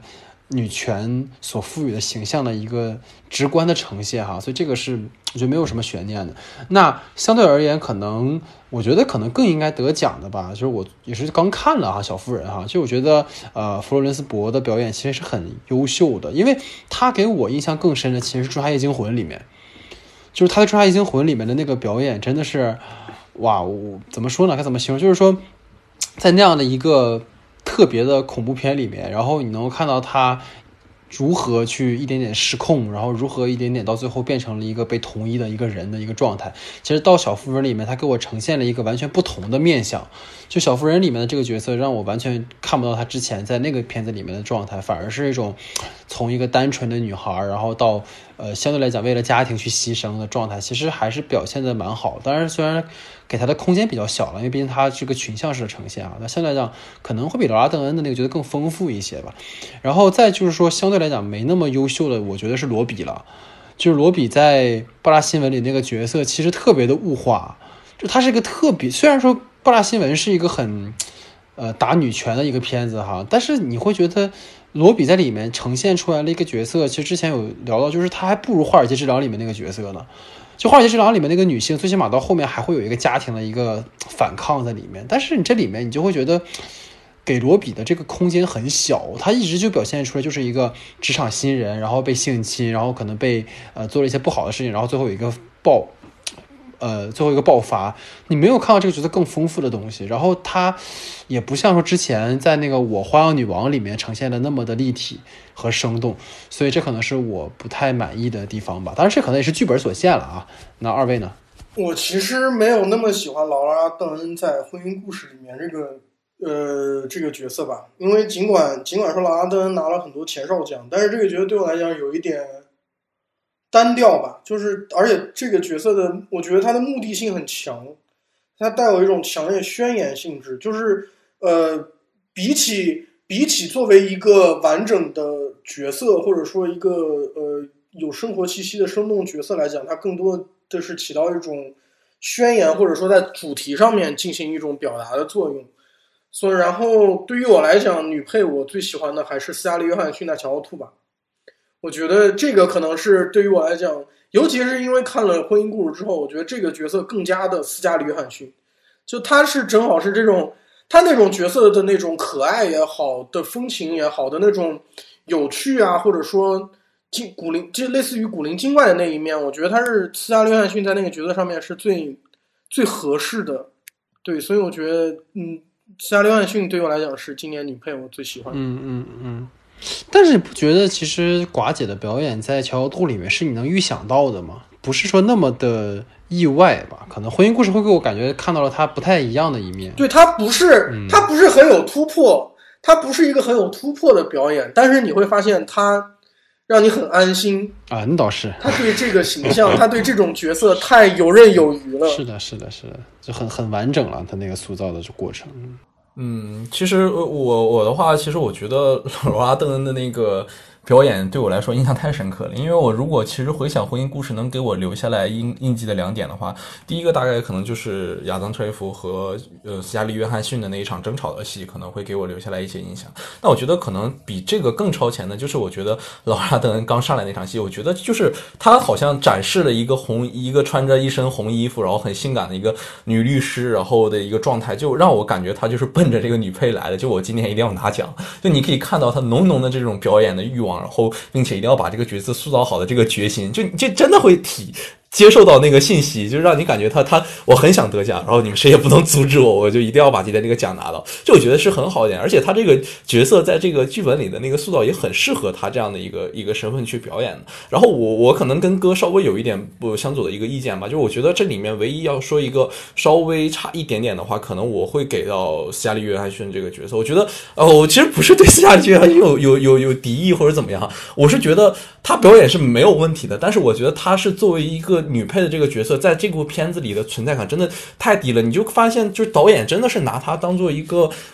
女权所赋予的形象的一个直观的呈现哈，所以这个是我觉得没有什么悬念的。那相对而言，我觉得可能更应该得奖的吧，就是我也是刚看了哈小妇人哈，就我觉得佛罗伦斯博的表演其实是很优秀的，因为他给我印象更深的其实是《仲夏夜惊魂》里面，就是他在《仲夏夜惊魂》里面的那个表演真的是哇，我怎么说呢？该怎么形容？就是说在那样的一个特别的恐怖片里面，然后你能够看到他如何去一点点失控，然后如何一点点到最后变成了一个被同一的一个人的一个状态。其实到小妇人里面，他给我呈现了一个完全不同的面相。就小妇人里面的这个角色，让我完全看不到他之前在那个片子里面的状态，反而是一种从一个单纯的女孩，然后到相对来讲为了家庭去牺牲的状态，其实还是表现的蛮好。当然，虽然给他的空间比较小了，因为毕竟他是个群像式的呈现啊，那相对来讲可能会比劳拉·邓恩的那个角色更丰富一些吧。然后再就是说，相对来讲没那么优秀的，我觉得是罗比了。就是罗比在爆炸新闻里那个角色，其实特别的物化，就他是一个特别，虽然说爆炸新闻是一个很打女权的一个片子哈，但是你会觉得罗比在里面呈现出来了一个角色，其实之前有聊到，就是他还不如《华尔街之狼》里面那个角色呢。就《华尔街之狼》里面那个女性，最起码到后面还会有一个家庭的一个反抗在里面，但是你这里面你就会觉得给罗比的这个空间很小，他一直就表现出来就是一个职场新人，然后被性侵，然后可能被做了一些不好的事情，然后最后有一个最后一个爆发，你没有看到这个角色更丰富的东西，然后他也不像说之前在那个《我花样女王》里面呈现的那么的立体和生动，所以这可能是我不太满意的地方吧。当然这可能也是剧本所限了啊。那二位呢？ 我其实没有那么喜欢劳拉·邓恩在《婚姻故事》里面这个角色吧，因为尽管说劳拉·邓恩拿了很多前哨奖，但是这个角色对我来讲有一点单调吧，就是而且这个角色的，我觉得他的目的性很强，他带有一种强烈宣言性质，就是比起作为一个完整的角色，或者说一个有生活气息的生动角色来讲，它更多的是起到一种宣言，或者说在主题上面进行一种表达的作用。所以，然后对于我来讲，女配我最喜欢的还是斯嘉丽·约翰逊的乔奥兔吧。我觉得这个可能是对于我来讲，尤其是因为看了《婚姻故事》之后，我觉得这个角色更加的斯嘉丽·约翰逊，就他是正好是这种他那种角色的那种可爱也好的风情也好的那种有趣啊，或者说就类似于古灵精怪的那一面，我觉得他是斯嘉丽·约翰逊在那个角色上面是最合适的。对，所以我觉得斯嘉丽·约翰逊对我来讲是今年女配我最喜欢的。 但是你不觉得其实寡姐的表演在《乔乔兔》里面是你能预想到的吗？不是说那么的意外吧？可能《婚姻故事》会给我感觉看到了她不太一样的一面。 对，她不是很有突破，她不是一个很有突破的表演，但是你会发现她让你很安心啊。那倒是， 她对这个形象，她对这种角色太游刃有余了。 是的，就很完整了，她那个塑造的过程。 其实我的话，其实我觉得劳拉·邓恩的那个表演对我来说印象太深刻了，因为我如果其实回想《婚姻故事》能给我留下来印记的2点的话，第一个大概可能就是亚当·特雷弗和斯嘉丽·约翰逊的那一场争吵的戏可能会给我留下来一些印象。那我觉得可能比这个更超前的就是我觉得劳拉·邓恩刚上来那场戏，我觉得就是他好像展示了一个穿着一身红衣服然后很性感的一个女律师然后的一个状态，就让我感觉他就是奔着这个女配来的，就我今年一定要拿奖。就你可以看到他浓浓的这种表演的欲望，然后并且一定要把这个角色塑造好的这个决心，就真的会接受到那个信息，就让你感觉我很想得奖，然后你们谁也不能阻止我，我就一定要把今天这个奖拿到。这我觉得是很好一点，而且他这个角色在这个剧本里的那个塑造也很适合他这样的一个身份去表演的。然后我可能跟哥稍微有一点不相左的一个意见吧，就是我觉得这里面唯一要说一个稍微差一点点的话，可能我会给到斯嘉丽·约翰逊这个角色。我觉得我其实不是对斯嘉丽·约翰逊有敌意或者怎么样，我是觉得他表演是没有问题的，但是我觉得他是作为一个女配的这个角色在这部片子里的存在感真的太低了。你就发现就是导演真的是拿他当做一个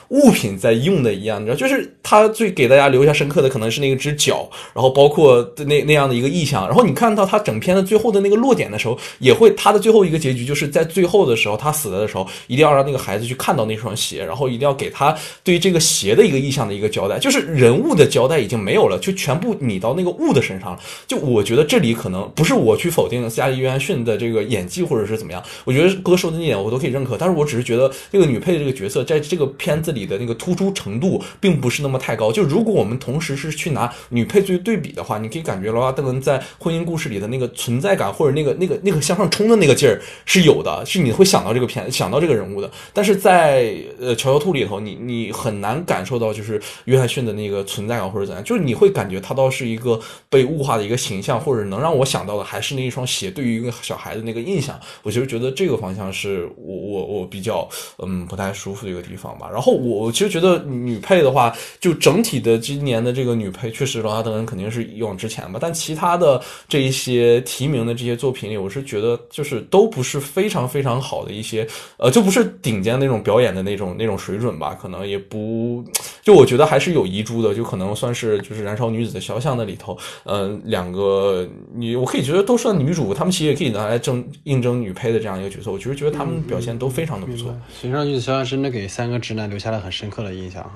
物品在用的一样，你知道，就是他最给大家留下深刻的可能是那个只脚，然后包括那样的一个意象，然后你看到他整篇的最后的那个落点的时候，也会他的最后一个结局就是在最后的时候他死了的时候，一定要让那个孩子去看到那双鞋，然后一定要给他对于这个鞋的一个意象的一个交代，就是人物的交代已经没有了，就全部拟到那个物的身上了。就我觉得这里可能不是我去否定斯嘉丽·约翰逊的这个演技或者是怎么样，我觉得哥说的那点我都可以认可，但是我只是觉得这个女配的这个角色在这个片子里的那个突出程度并不是那么太高。就如果我们同时是去拿女配作为对比的话，你可以感觉劳拉·邓恩在婚姻故事里的那个存在感或者那个向上冲的那个劲儿是有的，是你会想到这个想到这个人物的。但是在乔乔兔里头，你很难感受到就是约翰逊的那个存在感或者怎样，就是你会感觉他倒是一个被物化的一个形象，或者能让我想到的还是那一双鞋对于一个小孩的那个印象。我其实觉得这个方向是我比较不太舒服的一个地方吧。然后我其实觉得女配的话，就整体的今年的这个女配，确实劳拉·邓恩肯定是一往直前吧。但其他的这一些提名的这些作品里，我是觉得就是都不是非常非常好的一些，就不是顶尖那种表演的那种水准吧。可能也不，就我觉得还是有遗珠的，就可能算是就是《燃烧女子的肖像》的里头，两个我可以觉得都算女主，她们其实也可以拿来应征女配的这样一个角色。我其实觉得她们表现都非常的不错。 《燃烧女子肖像》真的给三个直男留下了很深刻的印象。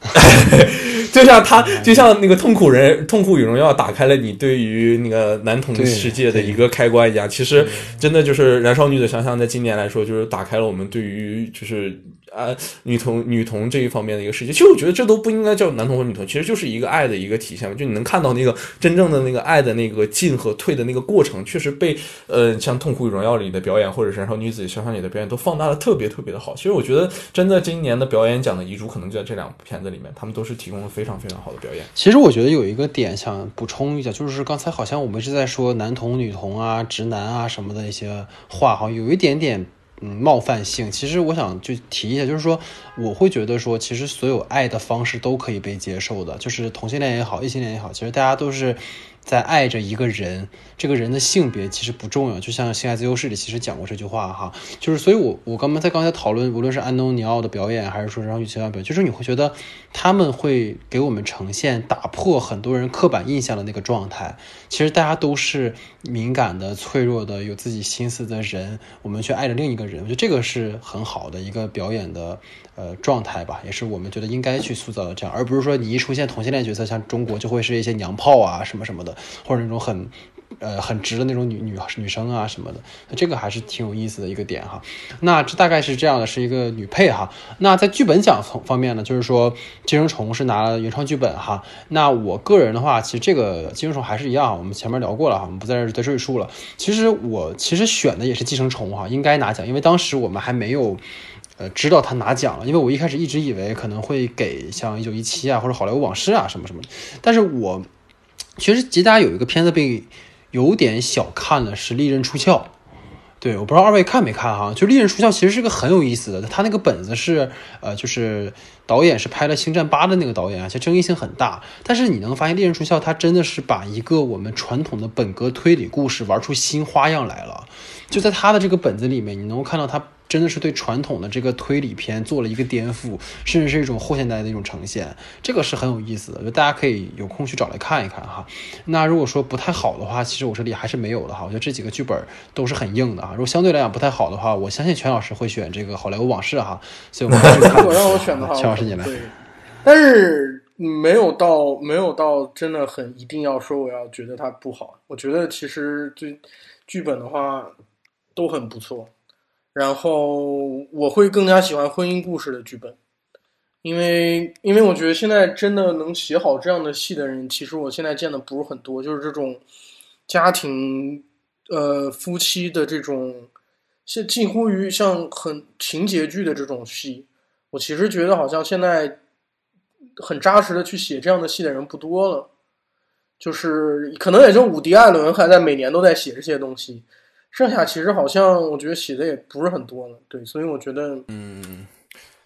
就像那个痛苦与荣耀打开了你对于那个男同世界的一个开关一样，其实真的就是《燃烧女子肖像》在今年来说，就是打开了我们对于就是女同这一方面的一个世界。其实我觉得这都不应该叫男同和女同，其实就是一个爱的一个体现。就你能看到那个真正的那个爱的那个进和退的那个过程，确实被像《痛苦与荣耀》里的表演，或者是《燃烧女子肖像》里的表演都放大的特别特别的好。其实我觉得真的今年的表演奖的遗珠可能就在这两部片子里面，他们都是提供了非常非常好的表演。 其实我觉得有一个点想补充一下，就是刚才好像我们是在说男同女同啊直男啊什么的一些话，好像有一点点冒犯性。其实我想就提一下，就是说我会觉得说其实所有爱的方式都可以被接受的，就是同性恋也好异性恋也好，其实大家都是在爱着一个人，这个人的性别其实不重要。就像《性爱自由式》里其实讲过这句话哈，就是所以我刚才讨论，无论是安东尼奥的表演还是说让雨晴的表演，就是你会觉得他们会给我们呈现打破很多人刻板印象的那个状态。其实大家都是敏感的脆弱的有自己心思的人，我们去爱着另一个人，我觉得这个是很好的一个表演的状态吧，也是我们觉得应该去塑造的这样，而不是说你一出现同性恋角色，像中国就会是一些娘炮啊什么什么的，或者那种很直的那种女生啊什么的，这个还是挺有意思的一个点哈。那这大概是这样的，是一个女配哈。那在剧本奖方面呢，就是说《寄生虫》是拿了原创剧本哈。那我个人的话，其实这个《寄生虫》还是一样，我们前面聊过了哈，我们不在这再赘述了。我选的也是《寄生虫》哈，应该拿奖，因为当时我们还没有知道他拿奖了，因为我一开始一直以为可能会给像1917啊或者好莱坞往事啊什么什么的，但是我其实吉达有一个片子被有点小看了，是《利刃出鞘》。对，我不知道二位看没看哈？就《利刃出鞘》其实是个很有意思的，他那个本子是就是导演是拍了《星战8》的那个导演，而且争议性很大。但是你能发现，《利刃出鞘》他真的是把一个我们传统的本格推理故事玩出新花样来了。就在他的这个本子里面，你能够看到他真的是对传统的这个推理片做了一个颠覆，甚至是一种后现代的一种呈现，这个是很有意思的，就大家可以有空去找来看一看哈。那如果说不太好的话，其实我这里还是没有的哈，我觉得这几个剧本都是很硬的哈。如果相对来讲不太好的话，我相信全老师会选这个《好莱坞往事》哈，所以我们开始看。 如果让我选的话， 全老师你来。 对，但是没有到真的很一定要说我要觉得它不好，我觉得其实剧本的话都很不错。然后我会更加喜欢婚姻故事的剧本，因为我觉得现在真的能写好这样的戏的人，其实我现在见的不是很多，就是这种家庭夫妻的这种近乎于像很情节剧的这种戏，我其实觉得好像现在很扎实的去写这样的戏的人不多了，就是可能也就伍迪·艾伦还在每年都在写这些东西，剩下其实好像我觉得写的也不是很多了。对，所以我觉得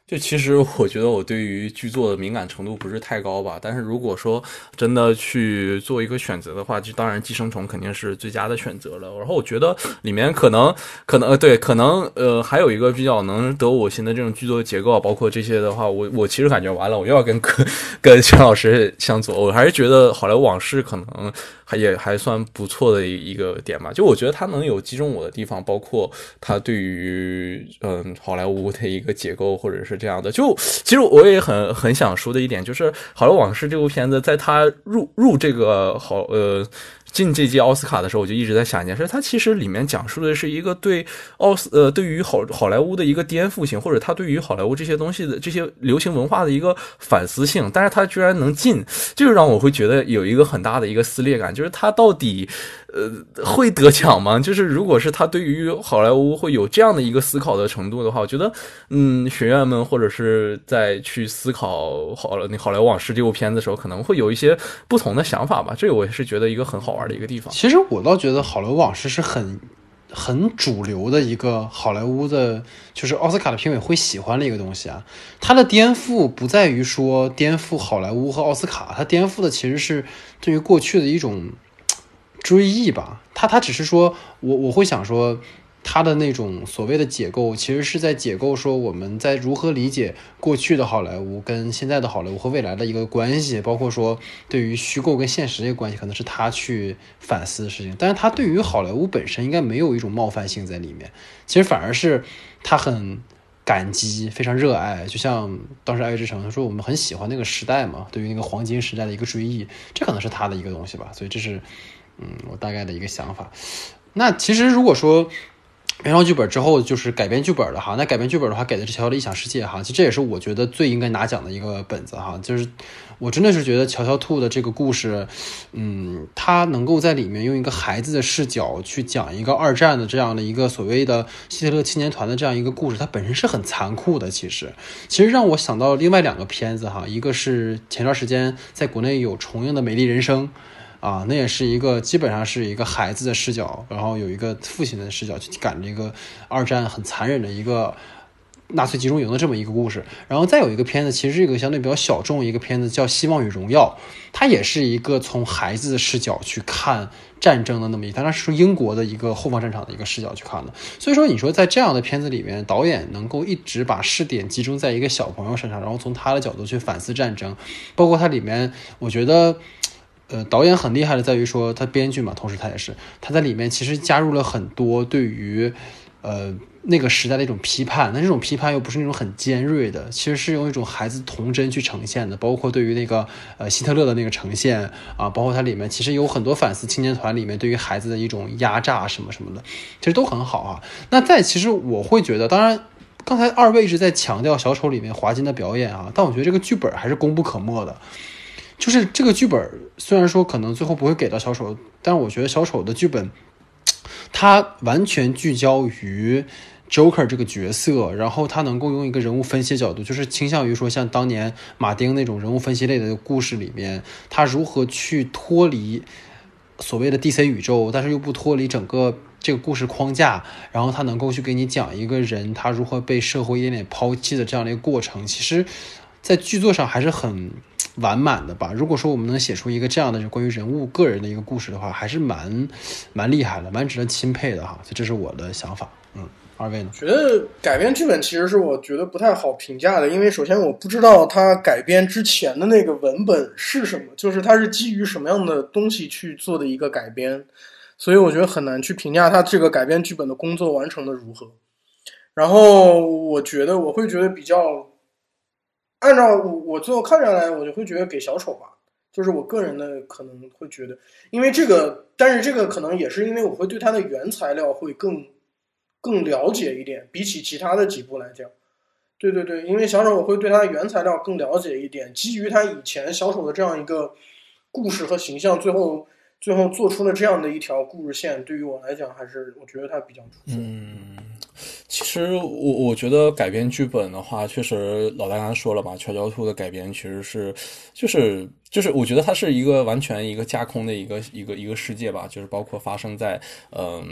就其实我觉得我对于剧作的敏感程度不是太高吧，但是如果说真的去做一个选择的话，就当然寄生虫肯定是最佳的选择了。然后我觉得里面可能还有一个比较能得我心的这种剧作结构，包括这些的话，我其实感觉完了，我又要跟全老师相左，我还是觉得好莱坞往事可能还算不错的一个点吧。就我觉得它能有击中我的地方，包括它对于好莱坞的一个结构或者是这样的。就其实我也很想说的一点就是，《好莱坞往事》这部片子在它入这个进这届奥斯卡的时候，我就一直在想一件事，它其实里面讲述的是一个对于好莱坞的一个颠覆性，或者它对于好莱坞这些东西的这些流行文化的一个反思性，但是它居然能进，这就让我会觉得有一个很大的一个撕裂感，就是它到底会得奖吗？就是如果是他对于好莱坞会有这样的一个思考的程度的话，我觉得学院们或者是在去思考好莱坞往事这部片子的时候，可能会有一些不同的想法吧。这个我也是觉得一个很好玩的一个地方。 其实我倒觉得好莱坞往事是很主流的一个好莱坞的，就是奥斯卡的评委会喜欢的一个东西啊。它的颠覆不在于说颠覆好莱坞和奥斯卡，它颠覆的其实是对于过去的一种追忆吧。它只是说我会想说，它的那种所谓的解构，其实是在解构说我们在如何理解过去的好莱坞跟现在的好莱坞和未来的一个关系，包括说对于虚构跟现实的一个关系，可能是他去反思的事情。但是他对于好莱坞本身应该没有一种冒犯性在里面，其实反而是他很感激，非常热爱。就像当时《爱乐之城》，他说我们很喜欢那个时代嘛，对于那个黄金时代的一个追忆，这可能是他的一个东西吧。所以这是我大概的一个想法。那其实如果说原创剧本之后就是改编剧本的哈，那改编剧本的话给的是《乔乔的异想世界》哈，其实这也是我觉得最应该拿奖的一个本子哈。就是我真的是觉得《乔乔兔》的这个故事，它能够在里面用一个孩子的视角去讲一个二战的这样的一个所谓的希特勒青年团的这样一个故事，它本身是很残酷的。其实让我想到另外两个片子哈，一个是前段时间在国内有重映的《美丽人生》。那也是一个基本上是一个孩子的视角，然后有一个父亲的视角去赶这个二战很残忍的一个纳粹集中营的这么一个故事。然后再有一个片子，其实是一个相对比较小众一个片子，叫《希望与荣耀》，它也是一个从孩子的视角去看战争的那么一，当然是从英国的一个后方战场的一个视角去看的。所以说你说在这样的片子里面，导演能够一直把视点集中在一个小朋友身上，然后从他的角度去反思战争，包括它里面我觉得导演很厉害的在于说他编剧嘛，同时他也是他在里面其实加入了很多对于那个时代的一种批判，那这种批判又不是那种很尖锐的，其实是用一种孩子童真去呈现的，包括对于那个希特勒的那个呈现啊，包括它里面其实有很多反思青年团里面对于孩子的一种压榨什么什么的，其实都很好啊。那其实我会觉得，当然刚才二位一直在强调小丑里面华金的表演啊，但我觉得这个剧本还是功不可没的。就是这个剧本虽然说可能最后不会给到小丑，但是我觉得小丑的剧本它完全聚焦于 Joker 这个角色，然后他能够用一个人物分析角度，就是倾向于说像当年马丁那种人物分析类的故事里面，他如何去脱离所谓的 DC 宇宙，但是又不脱离整个这个故事框架，然后他能够去给你讲一个人他如何被社会一点点抛弃的这样的一个过程，其实在剧作上还是很完满的吧。如果说我们能写出一个这样的关于人物个人的一个故事的话，还是蛮厉害的，蛮值得钦佩的哈。这是我的想法。二位呢？ 觉得改编剧本其实是我觉得不太好评价的，因为首先我不知道他改编之前的那个文本是什么，就是他是基于什么样的东西去做的一个改编，所以我觉得很难去评价他这个改编剧本的工作完成的如何。然后我会觉得比较，按照我最后看下来，我就会觉得给小丑吧，就是我个人的可能会觉得，因为这个，但是这个可能也是因为我会对他的原材料会更了解一点，比起其他的几部来讲。对，因为小丑我会对他的原材料更了解一点，基于他以前小丑的这样一个故事和形象，最后做出了这样的一条故事线，对于我来讲还是我觉得他比较出色。 其实我觉得改编剧本的话，确实老大刚才说了吧，乔乔兔的改编其实是就是我觉得它是一个完全一个架空的一个世界吧，就是包括发生在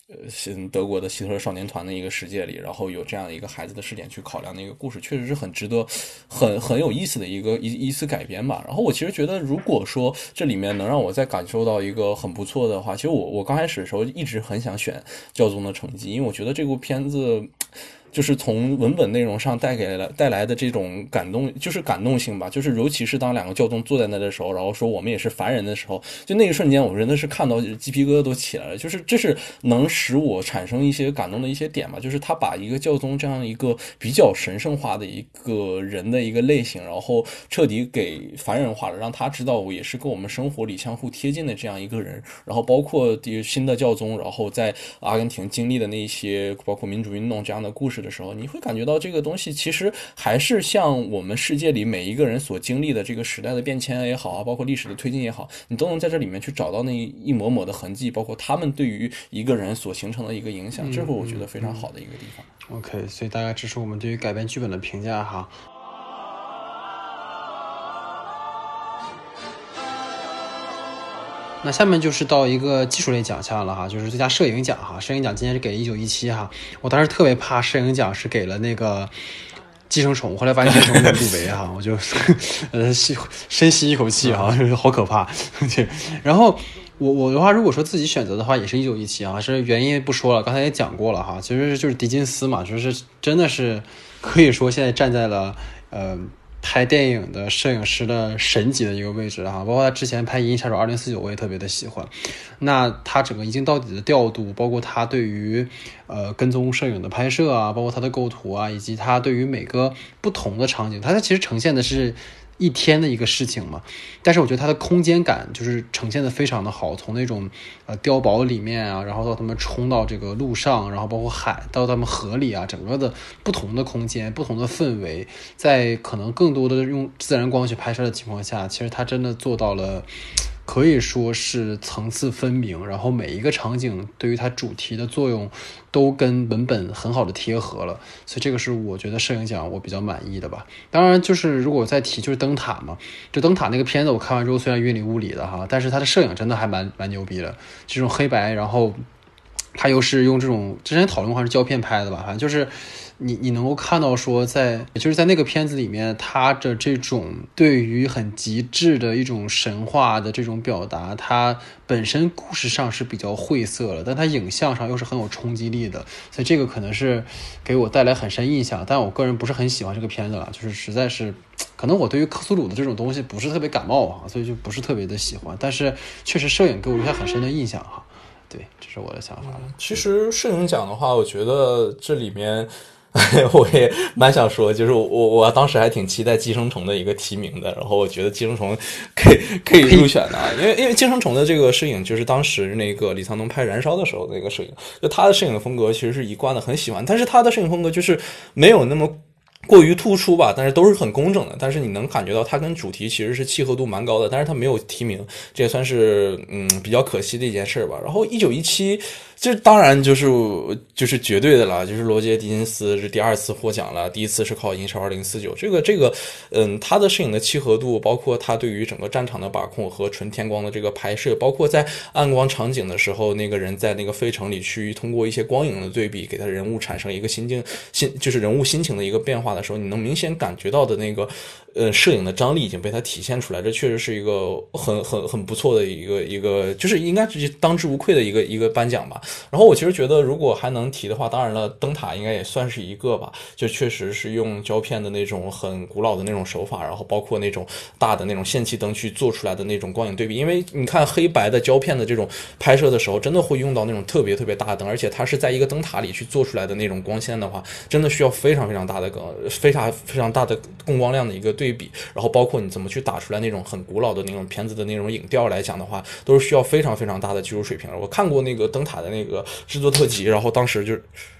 德国的希特勒少年团的一个世界里，然后有这样一个孩子的视点去考量的一个故事，确实是很值得很有意思的一次改编吧。然后我其实觉得，如果说这里面能让我再感受到一个很不错的话，其实我刚开始的时候一直很想选教宗的成绩，因为我觉得这部片子就是从文本内容上带来的这种感动性吧，就是尤其是当两个教宗坐在那的时候，然后说我们也是凡人的时候，就那一瞬间我真的是看到鸡皮疙瘩都起来了，就是这是能使我产生一些感动的一些点吧，就是他把一个教宗这样一个比较神圣化的一个人的一个类型，然后彻底给凡人化了，让他知道我也是跟我们生活里相互贴近的这样一个人，然后包括新的教宗，然后在阿根廷经历的那些包括民主运动这样的故事的时候，你会感觉到这个东西其实还是像我们世界里每一个人所经历的这个时代的变迁也好啊，包括历史的推进也好，你都能在这里面去找到那一抹抹的痕迹，包括他们对于一个人所形成的一个影响，这是我觉得非常好的一个地方。 OK， 所以大概这是我们对于改编剧本的评价哈。那下面就是到一个技术类奖项了哈，就是最佳摄影奖哈。摄影奖今天是给1917哈，我当时特别怕摄影奖是给了那个寄生虫，后来发现寄生虫没入围哈，我就深吸一口气哈，好可怕。然后我的话，如果说自己选择的话，也是1917啊，是原因不说了，刚才也讲过了哈，其实就是狄金斯嘛，就是真的是可以说现在站在了拍电影的摄影师的神级的一个位置哈，包括他之前拍《银翼杀手2049》，我也特别的喜欢。那他整个一镜到底的调度，包括他对于跟踪摄影的拍摄啊，包括他的构图啊，以及他对于每个不同的场景，他其实呈现的是一天的一个事情嘛，但是我觉得它的空间感就是呈现的非常的好，从那种碉堡里面啊，然后到他们冲到这个路上，然后包括海到他们河里啊，整个的不同的空间、不同的氛围，在可能更多的用自然光去拍摄的情况下，其实它真的做到了可以说是层次分明，然后每一个场景对于它主题的作用都跟文本很好的贴合了，所以这个是我觉得摄影奖我比较满意的吧。当然就是如果我再提就是灯塔嘛，就灯塔那个片子我看完之后虽然云里雾里的哈，但是它的摄影真的还蛮牛逼的，这种黑白，然后它又是用这种之前讨论还是胶片拍的吧，反正就是你能够看到说就是在那个片子里面，它的这种对于很极致的一种神话的这种表达，它本身故事上是比较晦涩了，但它影像上又是很有冲击力的，所以这个可能是给我带来很深印象。但我个人不是很喜欢这个片子了，就是实在是可能我对于克苏鲁的这种东西不是特别感冒哈，所以就不是特别的喜欢。但是确实摄影给我留下很深的印象哈。对，这是我的想法。 其实摄影奖的话，我觉得这里面我也蛮想说，就是我当时还挺期待寄生虫的一个提名的，然后我觉得寄生虫可以入选的啊，因为寄生虫的这个摄影就是当时那个李沧东拍《燃烧》的时候的那个摄影，就他的摄影风格其实是一贯的很喜欢，但是他的摄影风格就是没有那么过于突出吧，但是都是很工整的，但是你能感觉到它跟主题其实是契合度蛮高的，但是它没有提名，这也算是比较可惜的一件事吧。然后1917这当然就是绝对的了，就是罗杰·狄金斯是第二次获奖了，第一次是靠《银烧2049》。这个他的摄影的契合度，包括他对于整个战场的把控和纯天光的这个拍摄，包括在暗光场景的时候，那个人在那个费城里去通过一些光影的对比，给他人物产生一个就是人物心情的一个变化的时候，你能明显感觉到的那个摄影的张力已经被他体现出来，这确实是一个很不错的一个，就是应该是当之无愧的一个颁奖吧。然后我其实觉得，如果还能提的话，当然了，灯塔应该也算是一个吧，就确实是用胶片的那种很古老的那种手法，然后包括那种大的那种氙气灯去做出来的那种光影对比。因为你看黑白的胶片的这种拍摄的时候，真的会用到那种特别特别大的灯，而且它是在一个灯塔里去做出来的那种光线的话，真的需要非常非常大的非常大的供光量的一个对比。然后包括你怎么去打出来那种很古老的那种片子的那种影调来讲的话，都是需要非常非常大的技术水平。我看过那个灯塔的那个制作特辑，然后当时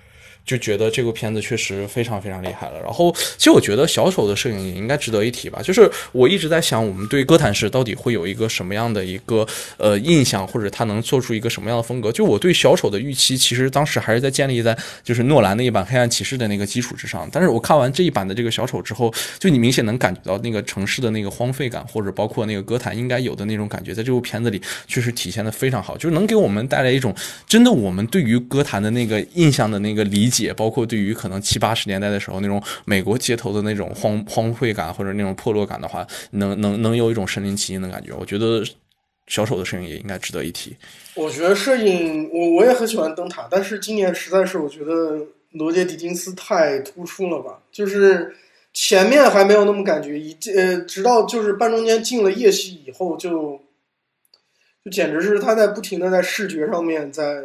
就觉得这部片子确实非常非常厉害了。然后其实我觉得小丑的摄影也应该值得一提吧，就是我一直在想我们对哥谭市到底会有一个什么样的一个印象，或者他能做出一个什么样的风格。就我对小丑的预期其实当时还是在建立在就是诺兰的一版黑暗骑士的那个基础之上，但是我看完这一版的这个小丑之后，就你明显能感觉到那个城市的那个荒废感，或者包括那个哥谭应该有的那种感觉，在这部片子里确实体现的非常好，就是能给我们带来一种真的我们对于哥谭的那个印象的那个理解，包括对于可能70-80年代的时候那种美国街头的那种荒废感或者那种破落感的话，能有一种身临其境的感觉。我觉得小丑的摄影也应该值得一提。 我觉得摄影我也很喜欢灯塔，但是今年实在是我觉得罗杰·狄金斯太突出了吧，就是前面还没有那么感觉，直到就是半中间进了夜戏以后就简直是他在不停的在视觉上面在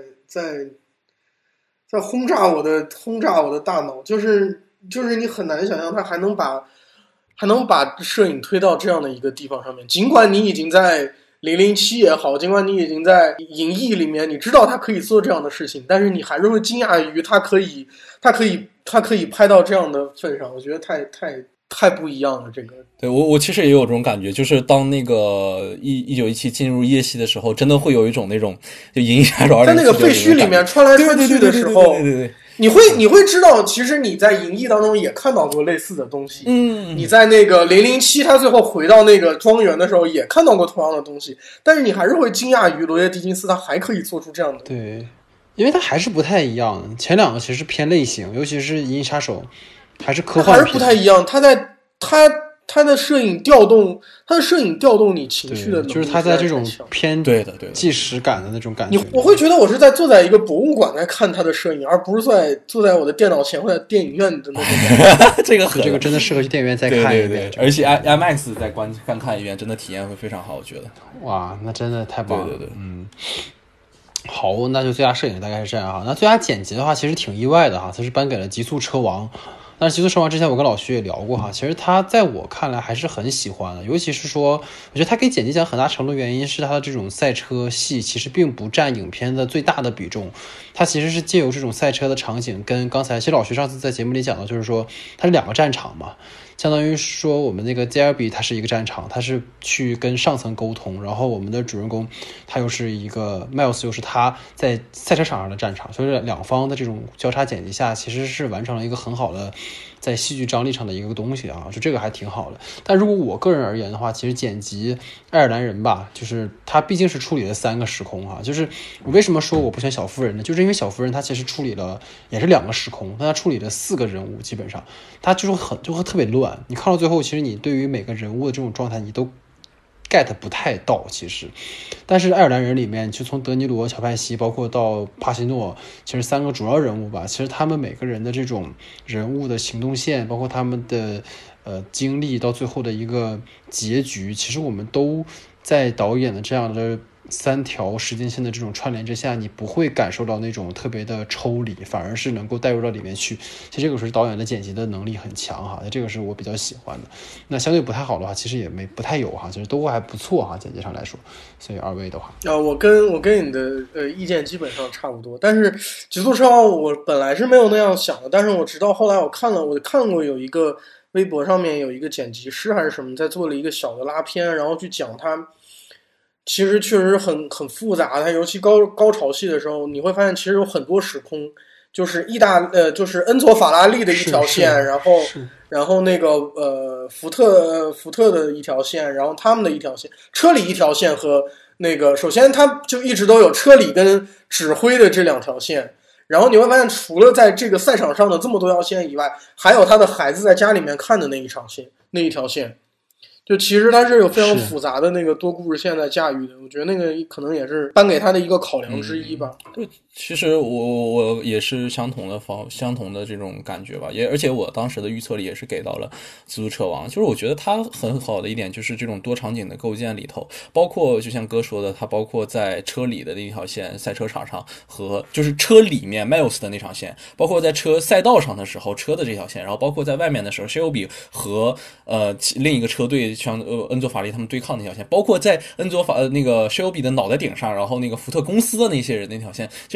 轰炸我的大脑，就是你很难想象他还能把摄影推到这样的一个地方上面。尽管你已经在007也好，尽管你已经在银翼里面，你知道他可以做这样的事情，但是你还是会惊讶于他可以拍到这样的份上。我觉得太不一样了。这个对我其实也有这种感觉，就是当那个1917进入夜戏的时候，真的会有一种那种就银翼杀手2在那个废墟里面穿来穿去的时候， 对， 你会知道，其实你在银翼当中也看到过类似的东西。你在那个007他最后回到那个庄园的时候也看到过同样的东西，但是你还是会惊讶于罗杰·狄金斯他还可以做出这样的。 对，因为他还是不太一样，前两个其实偏类型，尤其是银翼杀手还是科幻片， 还是不太一样。他的摄影调动，你情绪的能力， 就是他在这种偏对纪实感的那种感觉。 我会觉得我是在坐在一个博物馆在看他的摄影，而不是坐在我的电脑前或者电影院的那种这个真的适合去电影院再看一遍。 对，而且 IMAX 再看一遍，真的体验会非常好，我觉得。 哇，那真的太棒了。 对， 好，那就最佳摄影大概是这样哈。那最佳剪辑的话，其实挺意外的哈，它是颁给了《极速车王》。但是《极速车王》之前我跟老徐也聊过哈，其实他在我看来还是很喜欢的，尤其是说，我觉得他给剪辑奖很大程度原因是他的这种赛车戏其实并不占影片的最大的比重，他其实是借由这种赛车的场景跟刚才其实老徐上次在节目里讲到，就是说它是2个战场嘛。相当于说我们那个 JLB 它是一个战场，它是去跟上层沟通，然后我们的主人公他又是一个 Miles 又是他在赛车场上的战场，所以两方的这种交叉剪辑下其实是完成了一个很好的在戏剧张力上的一个东西啊，就这个还挺好的。但如果我个人而言的话，其实剪辑爱尔兰人吧，就是他毕竟是处理了3个时空哈，就是我为什么说我不喜欢小妇人呢，就是因为小妇人他其实处理了也是2个时空，但他处理了4个人物，基本上他就会特别乱，你看到最后其实你对于每个人物的这种状态你都 get 不太到其实。但是爱尔兰人里面就从德尼罗、乔派西包括到帕西诺，其实3个主要人物吧，其实他们每个人的这种人物的行动线，包括他们的经历到最后的一个结局，其实我们都在导演的这样的3条时间线的这种串联之下，你不会感受到那种特别的抽离，反而是能够带入到里面去。其实这个是导演的剪辑的能力很强哈，这个是我比较喜欢的。那相对不太好的话，其实也不太有哈，就是都还不错哈，剪辑上来说。所以2位的话， 我跟你的意见基本上差不多。但是《极速车王》我本来是没有那样想的，但是我直到后来我看过有一个微博上面有一个剪辑师还是什么在做了一个小的拉片，然后去讲他。其实确实很复杂，它尤其高潮戏的时候，你会发现其实有很多时空，就是就是恩佐法拉利的一条线，然后那个福特的一条线，然后他们的一条线，车里一条线和那个首先它就一直都有车里跟指挥的这2条线，然后你会发现除了在这个赛场上的这么多条线以外，还有他的孩子在家里面看的那一条线。就其实它是有非常复杂的那个多故事线在驾驭的，我觉得那个可能也是颁给他的一个考量之一吧。 对，其实我也是相同的这种感觉吧，而且我当时的预测里也是给到了极速车王，就是我觉得它很好的一点就是这种多场景的构建里头，包括就像哥说的，它包括在车里的那条线赛车场上和就是车里面 Miles 的那场线，包括在车赛道上的时候车的这条线，然后包括在外面的时候 Shelby 和另一个车队像恩佐法利他们对抗那条线，包括在那个 Shelby 的脑袋顶上，然后那个福特公司的那些人那条线，其实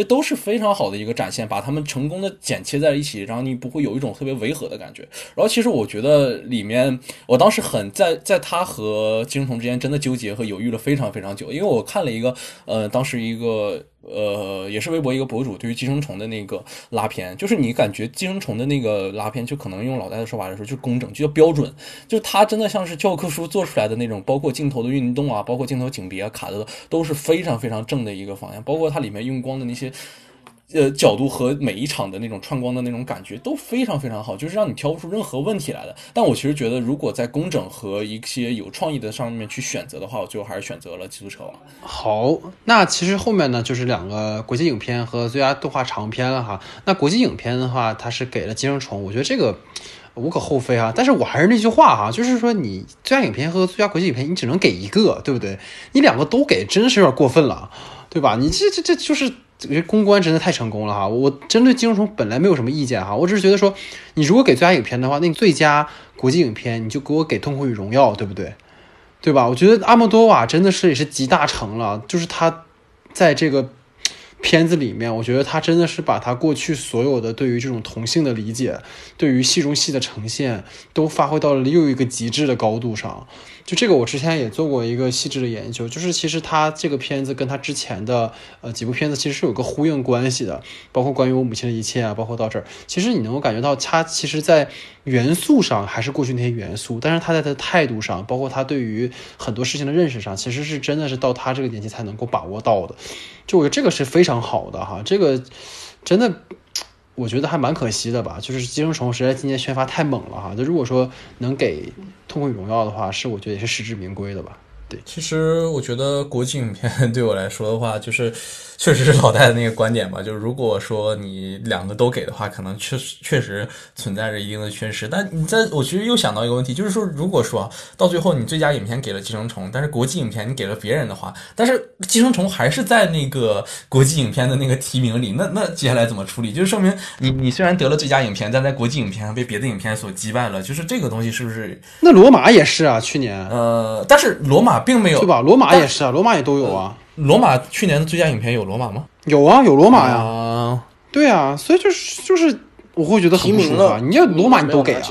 都是非常好的一个展现，把他们成功的剪切在一起，然后你不会有一种特别违和的感觉。然后其实我觉得里面，我当时在他和寄生虫之间真的纠结和犹豫了非常非常久，因为我看了一个当时一个也是微博一个博主对于寄生虫的那个拉片，就是你感觉寄生虫的那个拉片，就可能用老戴的说法来说，就是工整，就叫标准，就是它真的像是教科书做出来的那种，包括镜头的运动啊，包括镜头景别啊，卡的都是非常非常正的一个方向，包括它里面用光的那些角度和每一场的那种串光的那种感觉都非常非常好，就是让你挑不出任何问题来的。但我其实觉得，如果在工整和一些有创意的上面去选择的话，我最后还是选择了《极速车王》。 好，那其实后面呢就是2个国际影片和最佳动画长片了哈。那国际影片的话，它是给了《寄生虫》，我觉得这个无可厚非啊。但是我还是那句话哈，就是说你最佳影片和最佳国际影片，你只能给一个，对不对？你2个都给，真是有点过分了，对吧？你这就是。我觉得公关真的太成功了哈！我针对《寄生虫》本来没有什么意见哈，我只是觉得说，你如果给最佳影片的话，那个最佳国际影片你就给我给《痛苦与荣耀》，对不对？对吧？我觉得阿莫多瓦真的是也是集大成了，就是他在这个片子里面，我觉得他真的是把他过去所有的对于这种同性的理解，对于戏中戏的呈现，都发挥到了又一个极致的高度上。就这个我之前也做过一个细致的研究，就是其实他这个片子跟他之前的几部片子其实是有个呼应关系的，包括关于我母亲的一切啊，包括到这儿，其实你能够感觉到他其实在元素上还是过去那些元素，但是他在他的态度上，包括他对于很多事情的认识上，其实是真的是到他这个年纪才能够把握到的。就我觉得这个是非常好的哈，这个真的我觉得还蛮可惜的吧，就是寄生虫实在今年宣发太猛了哈，就如果说能给痛苦与荣耀的话，是我觉得也是实至名归的吧。对， 其实我觉得国际影片对我来说的话，就是确实是老戴的那个观点吧，就是如果说你2个都给的话，可能确实存在着一定的缺失。但我其实又想到一个问题，就是说如果说到最后你最佳影片给了寄生虫，但是国际影片你给了别人的话，但是寄生虫还是在那个国际影片的那个提名里，那接下来怎么处理？就是说明你虽然得了最佳影片，但在国际影片上被别的影片所击败了，就是这个东西是不是？ 那罗马也是啊，去年但是罗马并没有， 对吧？罗马也是啊，罗马也都有啊。 罗马去年的最佳影片有罗马吗？ 有啊，有罗马呀。对啊，所以就是我会觉得很不舒服啊。你要罗马你都给啊。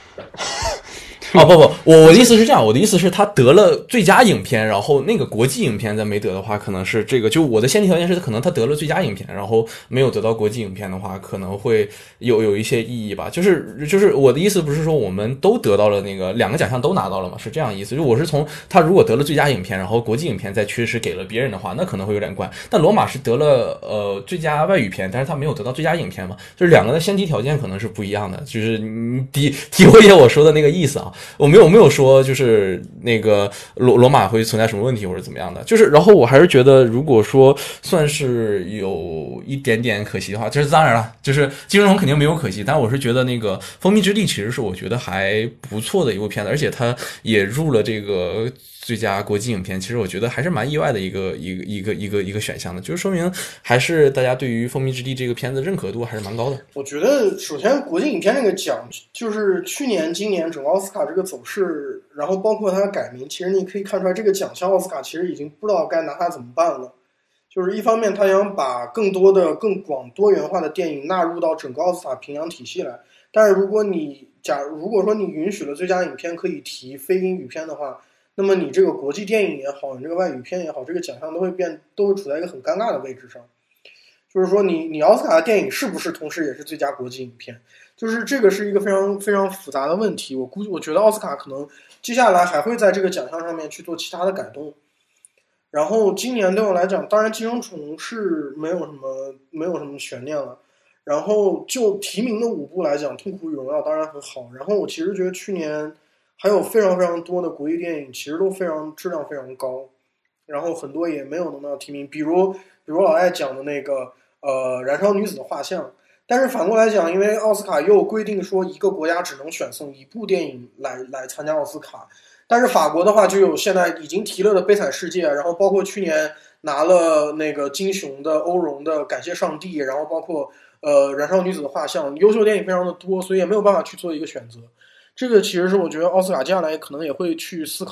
不，我的意思是这样，我的意思是他得了最佳影片，然后那个国际影片在没得的话，可能是这个，就我的先提条件是可能他得了最佳影片，然后没有得到国际影片的话，可能会有一些意义吧。就是我的意思不是说我们都得到了那个2个奖项都拿到了嘛，是这样意思。就我是从他如果得了最佳影片，然后国际影片再缺失给了别人的话，那可能会有点怪。但罗马是得了最佳外语片，但是他没有得到最佳影片嘛，就是2个的先提条件可能是不一样的。就是你体会一下我说的那个意思啊。我没有说就是那个罗马会存在什么问题或者怎么样的，就是然后我还是觉得如果说算是有一点点可惜的话，就是当然了，就是寄生虫肯定没有可惜，但我是觉得那个蜂蜜之地其实是我觉得还不错的一部片子，而且它也入了这个最佳国际影片，其实我觉得还是蛮意外的一个选项的，就是说明还是大家对于蜂蜜之地这个片子认可度还是蛮高的。 我觉得首先国际影片这个奖，就是去年今年整个奥斯卡这个走势，然后包括它的改名，其实你可以看出来这个奖项奥斯卡其实已经不知道该拿它怎么办了。就是一方面他想把更多的更广多元化的电影纳入到整个奥斯卡评奖体系来，但是如果说你允许了最佳影片可以提非英语片的话，那么你这个国际电影也好，你这个外语片也好，这个奖项都会处在一个很尴尬的位置上。就是说你奥斯卡的电影是不是同时也是最佳国际影片？就是这个是一个非常非常复杂的问题。我觉得奥斯卡可能接下来还会在这个奖项上面去做其他的改动。然后今年对我来讲，当然寄生虫是没有什么悬念了。然后就提名的5部来讲，痛苦与荣耀当然很好。然后我其实觉得去年还有非常非常多的国际电影其实都质量非常高，然后很多也没有能到提名，比如老爱讲的那个燃烧女子的画像。但是反过来讲，因为奥斯卡又规定说一个国家只能选送1部电影来参加奥斯卡，但是法国的话就有现在已经提了的悲惨世界，然后包括去年拿了那个金熊的欧荣的感谢上帝，然后包括燃烧女子的画像，优秀电影非常的多，所以也没有办法去做一个选择。这个其实是我觉得奥斯卡接下来可能也会去思考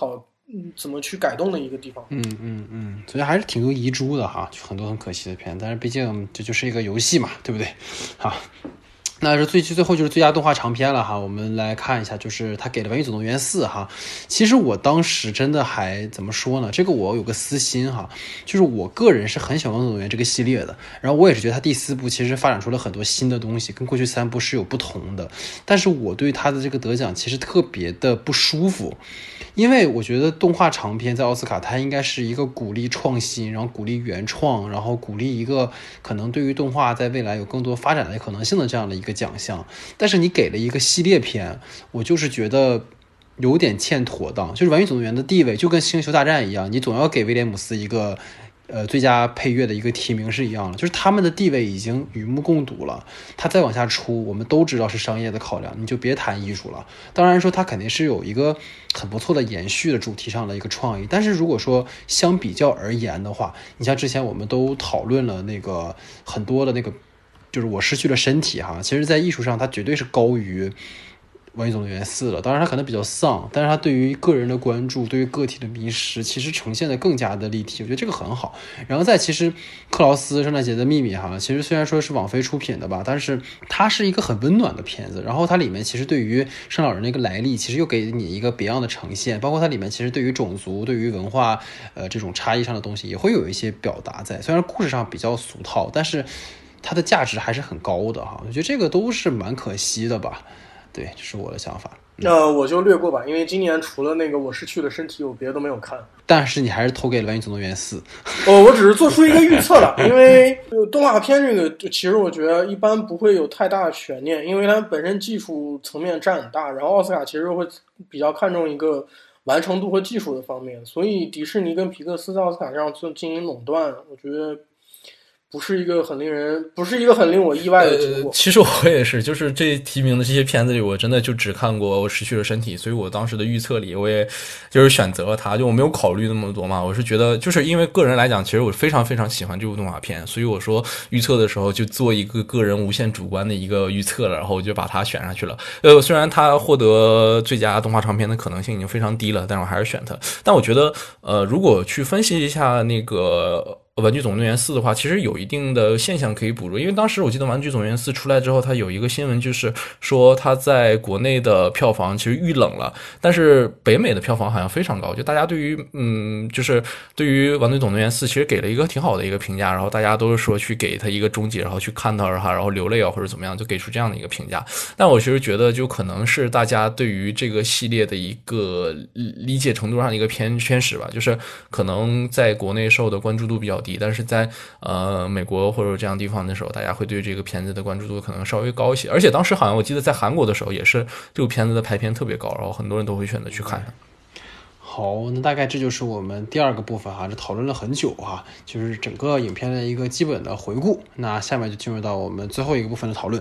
怎么去改动的一个地方。 所以还是挺多遗珠的哈，很多很可惜的片，但是毕竟这就是一个游戏嘛，对不对？好。那是最后就是最佳动画长片了哈，我们来看一下，就是他给了《玩具总动员4》哈。其实我当时真的还怎么说呢？这个我有个私心哈，就是我个人是很喜欢《玩具总动员》这个系列的，然后我也是觉得他第4部其实发展出了很多新的东西，跟过去3部是有不同的。但是我对他的这个得奖其实特别的不舒服，因为我觉得动画长片在奥斯卡它应该是一个鼓励创新，然后鼓励原创，然后鼓励一个可能对于动画在未来有更多发展的可能性的这样的一个奖项。但是你给了一个系列片，我就是觉得有点欠妥当。就是玩具总动员的地位就跟星球大战一样，你总要给威廉姆斯一个最佳配乐的一个提名是一样的，就是他们的地位已经与目共睹了，他再往下出我们都知道是商业的考量，你就别谈艺术了。当然说他肯定是有一个很不错的延续的主题上的一个创意，但是如果说相比较而言的话，你像之前我们都讨论了那个很多的那个就是我失去了身体哈，其实在艺术上它绝对是高于玩具总动员4了，当然它可能比较丧，但是它对于个人的关注，对于个体的迷失，其实呈现的更加的立体，我觉得这个很好。然后再其实克劳斯圣诞节的秘密哈，其实虽然说是网飞出品的吧，但是它是一个很温暖的片子，然后它里面其实对于圣老人的一个来历，其实又给你一个别样的呈现，包括它里面其实对于种族、对于文化这种差异上的东西也会有一些表达在，虽然故事上比较俗套，但是它的价值还是很高的哈，我觉得这个都是蛮可惜的吧。对，这是我的想法。 我就略过吧，因为今年除了那个我失去了身体，我别的都没有看。 但是你还是投给了《玩具总动员4》。 我只是做出一个预测了，因为动画片这个其实我觉得一般不会有太大的悬念，因为它本身技术层面占很大，然后奥斯卡其实会比较看重一个完成度和技术的方面，所以迪士尼跟皮克斯在奥斯卡上进行垄断，我觉得不是一个很令我意外的结果。 其实我也是，就是这提名的这些片子里，我真的就只看过我失去了身体，所以我当时的预测里，我也就是选择了它，就我没有考虑那么多嘛。我是觉得，就是因为个人来讲，其实我非常非常喜欢这部动画片，所以我说预测的时候就做一个个人无限主观的一个预测了，然后我就把它选上去了。虽然它获得最佳动画长片的可能性已经非常低了，但是我还是选它。但我觉得，如果去分析一下那个玩具总动员4的话，其实有一定的现象可以捕捉，因为当时我记得玩具总动员4出来之后，它有一个新闻，就是说它在国内的票房其实遇冷了，但是北美的票房好像非常高，就大家对于就是对于玩具总动员4其实给了一个挺好的一个评价，然后大家都是说去给它一个终结，然后去看到它，然后流泪啊或者怎么样，就给出这样的一个评价。但我其实觉得就可能是大家对于这个系列的一个理解程度上的一个偏食吧，就是可能在国内受的关注度比较低，但是在美国或者这样地方的时候，大家会对这个片子的关注度可能稍微高一些。而且当时好像我记得在韩国的时候，也是这部片子的排片特别高，然后很多人都会选择去看它。 好，那大概这就是我们第2个部分哈，这讨论了很久哈，就是整个影片的一个基本的回顾。那下面就进入到我们最后一个部分的讨论。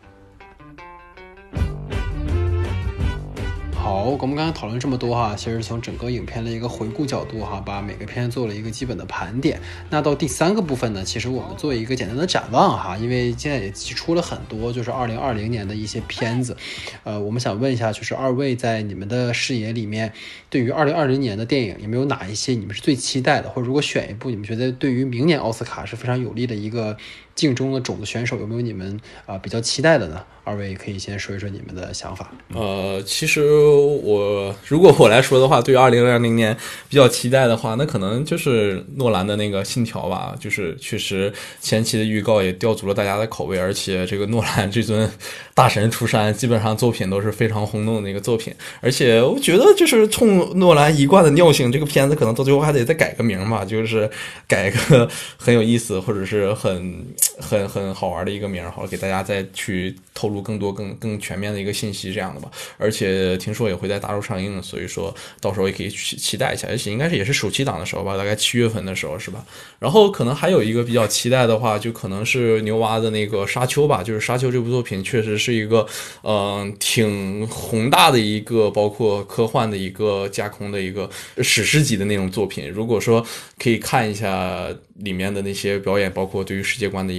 好，我们刚才讨论这么多哈，其实从整个影片的一个回顾角度哈，把每个片做了一个基本的盘点。那到第3个部分呢，其实我们做一个简单的展望哈，因为现在也寄出了很多就是2020年的一些片子，我们想问一下，就是2位在你们的视野里面，对于2020年的电影有没有哪一些你们是最期待的，或者如果选一部你们觉得对于明年奥斯卡是非常有利的一个竞争的种子选手，有没有你们比较期待的呢？2位可以先说一说你们的想法。 其实如果我来说的话，对于2020年比较期待的话，那可能就是诺兰的那个《信条》吧，就是确实前期的预告也吊足了大家的口味，而且这个诺兰这尊大神出山，基本上作品都是非常轰动的一个作品，而且我觉得就是冲诺兰一贯的尿性，这个片子可能到最后还得再改个名吧，就是改个很有意思或者是很好玩的一个名，好给大家再去透露更多更全面的一个信息这样的吧。而且听说也会在大陆上映，所以说到时候也可以去期待一下，而且应该是也是暑期档的时候吧，大概7月份的时候是吧。然后可能还有一个比较期待的话，就可能是牛蛙的那个沙丘吧，就是沙丘这部作品确实是一个挺宏大的一个包括科幻的一个架空的一个史诗级的那种作品，如果说可以看一下里面的那些表演，包括对于世界观的一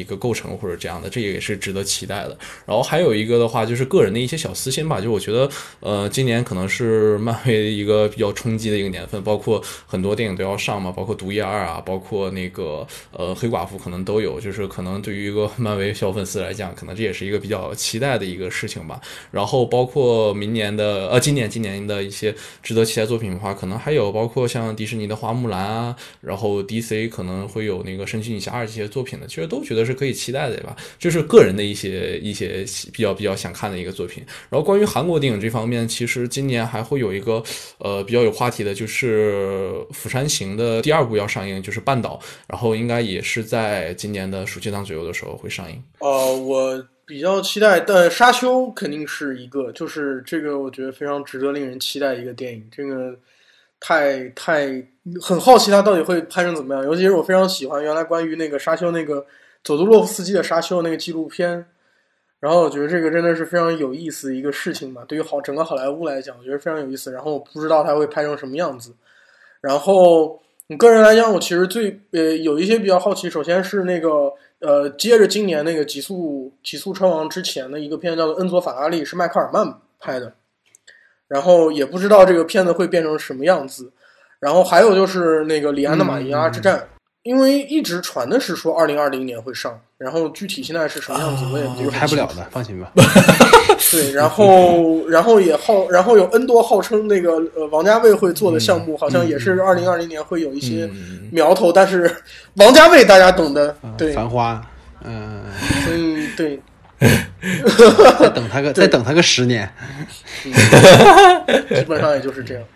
个构成或者这样的，这也是值得期待的。然后还有一个的话就是个人的一些小私心吧，就我觉得今年可能是漫威一个比较冲击的一个年份，包括很多电影都要上嘛，包括毒液2啊，包括那个黑寡妇可能都有，就是可能对于一个漫威小粉丝来讲，可能这也是一个比较期待的一个事情吧。然后包括今年的一些值得期待作品的话，可能还有包括像迪士尼的花木兰啊，然后 DC 可能会有那个神奇女侠2这些作品的，其实都觉得是可以期待的吧，就是个人的一些比较想看的一个作品。然后关于韩国电影这方面，其实今年还会有一个比较有话题的，就是《釜山行》的第2部要上映，就是半岛，然后应该也是在今年的暑期档左右的时候会上映。 我比较期待，但沙丘肯定是一个，就是这个我觉得非常值得令人期待一个电影，这个很好奇它到底会拍成怎么样，尤其是我非常喜欢原来关于那个沙丘那个佐杜洛夫斯基的沙丘那个纪录片，然后我觉得这个真的是非常有意思的一个事情嘛，对于整个好莱坞来讲，我觉得非常有意思。然后我不知道它会拍成什么样子。然后你个人来讲，我其实有一些比较好奇，首先是那个接着今年那个极速车王之前的一个片叫做《恩佐法拉利》，是迈克尔曼拍的，然后也不知道这个片子会变成什么样子。然后还有就是那个里安的马尼拉之战。因为一直传的是说2020年会上，然后具体现在是什么样子我也不拍不了的，放心吧。 对，然后有 N 多号称那个王家卫会做的项目，好像也是2020年会有一些苗头，但是王家卫大家懂的，对， 繁花， 对， 再等他个10年， 基本上也就是这样。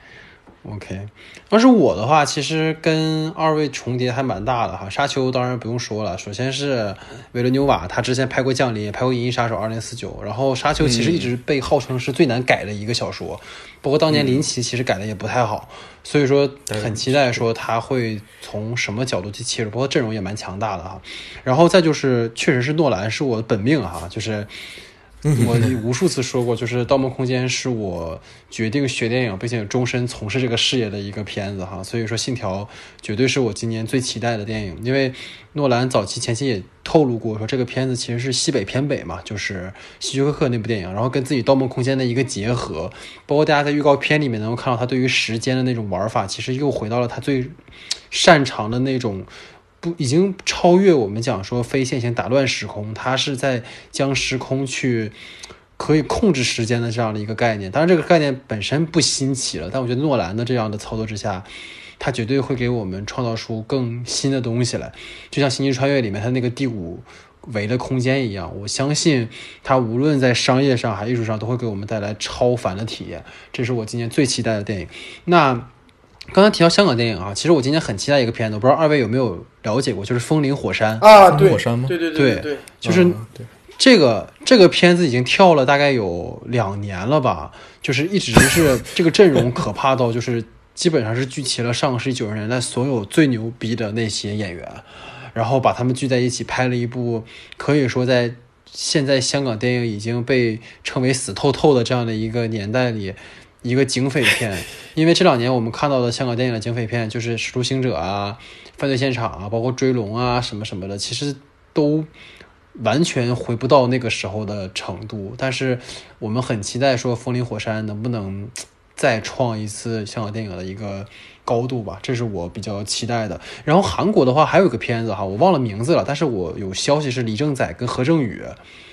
OK， 要是我的话，其实跟二位重叠还蛮大的哈。沙丘当然不用说了，首先是维伦纽瓦，他之前拍过《降临》，也拍过《银翼杀手2049》，然后沙丘其实一直被号称是最难改的一个小说，包括当年林奇其实改的也不太好，所以说很期待说他会从什么角度去切入，包括阵容也蛮强大的哈。然后再就是确实是诺兰是我的本命哈，就是我无数次说过，就是《盗梦空间》是我决定学电影并且终身从事这个事业的一个片子哈，所以说《信条》绝对是我今年最期待的电影，因为诺兰前期也透露过说这个片子其实是西北偏北嘛，就是希区柯克那部电影，然后跟自己《盗梦空间》的一个结合，包括大家在预告片里面能够看到他对于时间的那种玩法，其实又回到了他最擅长的那种。已经超越我们讲说非线性打乱时空，它是在将时空去可以控制时间的这样的一个概念。当然这个概念本身不新奇了，但我觉得诺兰的这样的操作之下，他绝对会给我们创造出更新的东西来，就像星际穿越里面他那个第5维的空间一样，我相信他无论在商业上还艺术上都会给我们带来超凡的体验，这是我今年最期待的电影。那刚才提到香港电影啊，其实我今年很期待一个片子，我不知道二位有没有了解过，就是《风林火山》 啊，对， 火山吗？ 对， 就是这个片子已经跳了大概有2年了吧，就是一直是这个阵容可怕到就是基本上是聚齐了上个世纪90年代所有最牛逼的那些演员，然后把他们聚在一起拍了一部可以说在现在香港电影已经被称为死透透的这样的一个年代里一个警匪片。因为这2年我们看到的香港电影的警匪片就是《使徒行者》啊、犯罪现场啊，包括追龙啊什么什么的，其实都完全回不到那个时候的程度，但是我们很期待说风林火山能不能再创一次香港电影的一个高度吧，这是我比较期待的。然后韩国的话还有一个片子哈，我忘了名字了，但是我有消息是李正宰跟何正宇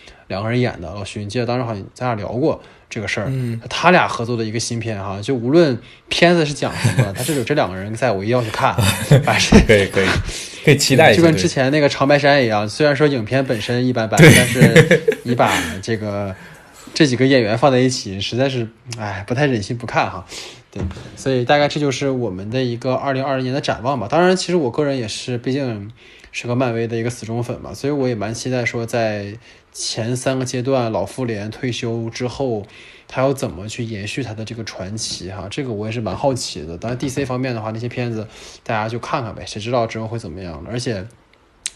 2个人演的，老徐你记得当时好像咱俩聊过这个事儿，他俩合作的一个新片哈，就无论片子是讲什么，他这有这2个人在，我一定要去看，反正可以期待一下， 就跟之前那个长白山一样，虽然说影片本身一般般，但是你把这几个演员放在一起，实在是不太忍心不看哈。对，所以大概这就是我们的一个2022年的展望吧。当然，其实我个人也是，毕竟是个漫威的一个死忠粉嘛，所以我也蛮期待说在前3个阶段老复联退休之后他要怎么去延续他的这个传奇哈，这个我也是蛮好奇的。当然 DC 方面的话，那些片子大家就看看呗，谁知道之后会怎么样的。而且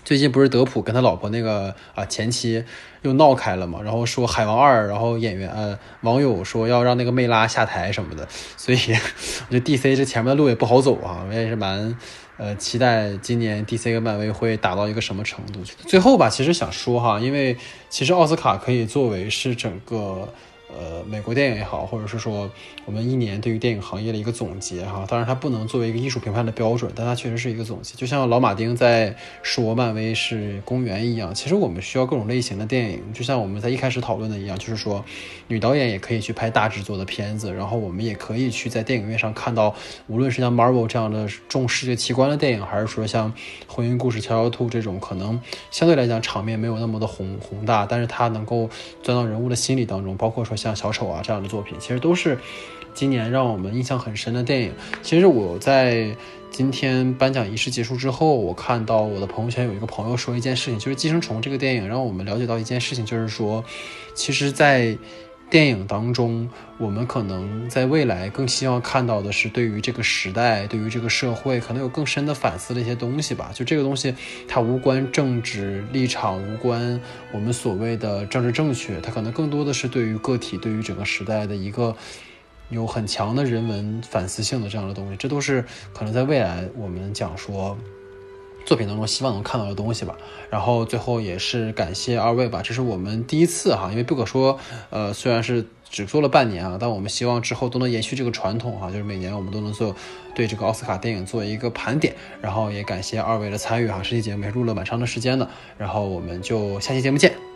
最近不是德普跟他老婆那个前妻又闹开了嘛，然后说海王2，然后网友说要让那个魅拉下台什么的，所以我觉得 DC 这前面的路也不好走啊，我也是蛮期待今年 DC 跟漫威会打到一个什么程度。最后吧，其实想说哈，因为其实奥斯卡可以作为是整个美国电影也好，或者是说我们一年对于电影行业的一个总结哈，当然它不能作为一个艺术评判的标准，但它确实是一个总结。就像老马丁在说漫威是公园一样，其实我们需要各种类型的电影，就像我们在一开始讨论的一样，就是说女导演也可以去拍大制作的片子，然后我们也可以去在电影院上看到，无论是像 Marvel 这样的重视觉奇观的电影，还是说像婚姻故事乔乔兔这种可能相对来讲场面没有那么的宏大，但是它能够钻到人物的心理当中，包括说像小丑这样的作品，其实都是今年让我们印象很深的电影。其实我在今天颁奖仪式结束之后，我看到我的朋友圈有一个朋友说一件事情，就是《寄生虫》这个电影让我们了解到一件事情，就是说其实在电影当中，我们可能在未来更希望看到的是对于这个时代，对于这个社会可能有更深的反思的一些东西吧。就这个东西它无关政治立场，无关我们所谓的政治正确，它可能更多的是对于个体，对于整个时代的一个有很强的人文反思性的这样的东西。这都是可能在未来我们讲说作品当中希望能看到的东西吧。然后最后也是感谢二位吧，这是我们第一次哈，因为不可说虽然是只做了半年但我们希望之后都能延续这个传统哈，就是每年我们都能做对这个奥斯卡电影做一个盘点。然后也感谢二位的参与哈，这期节目也录了蛮长的时间的，然后我们就下期节目见。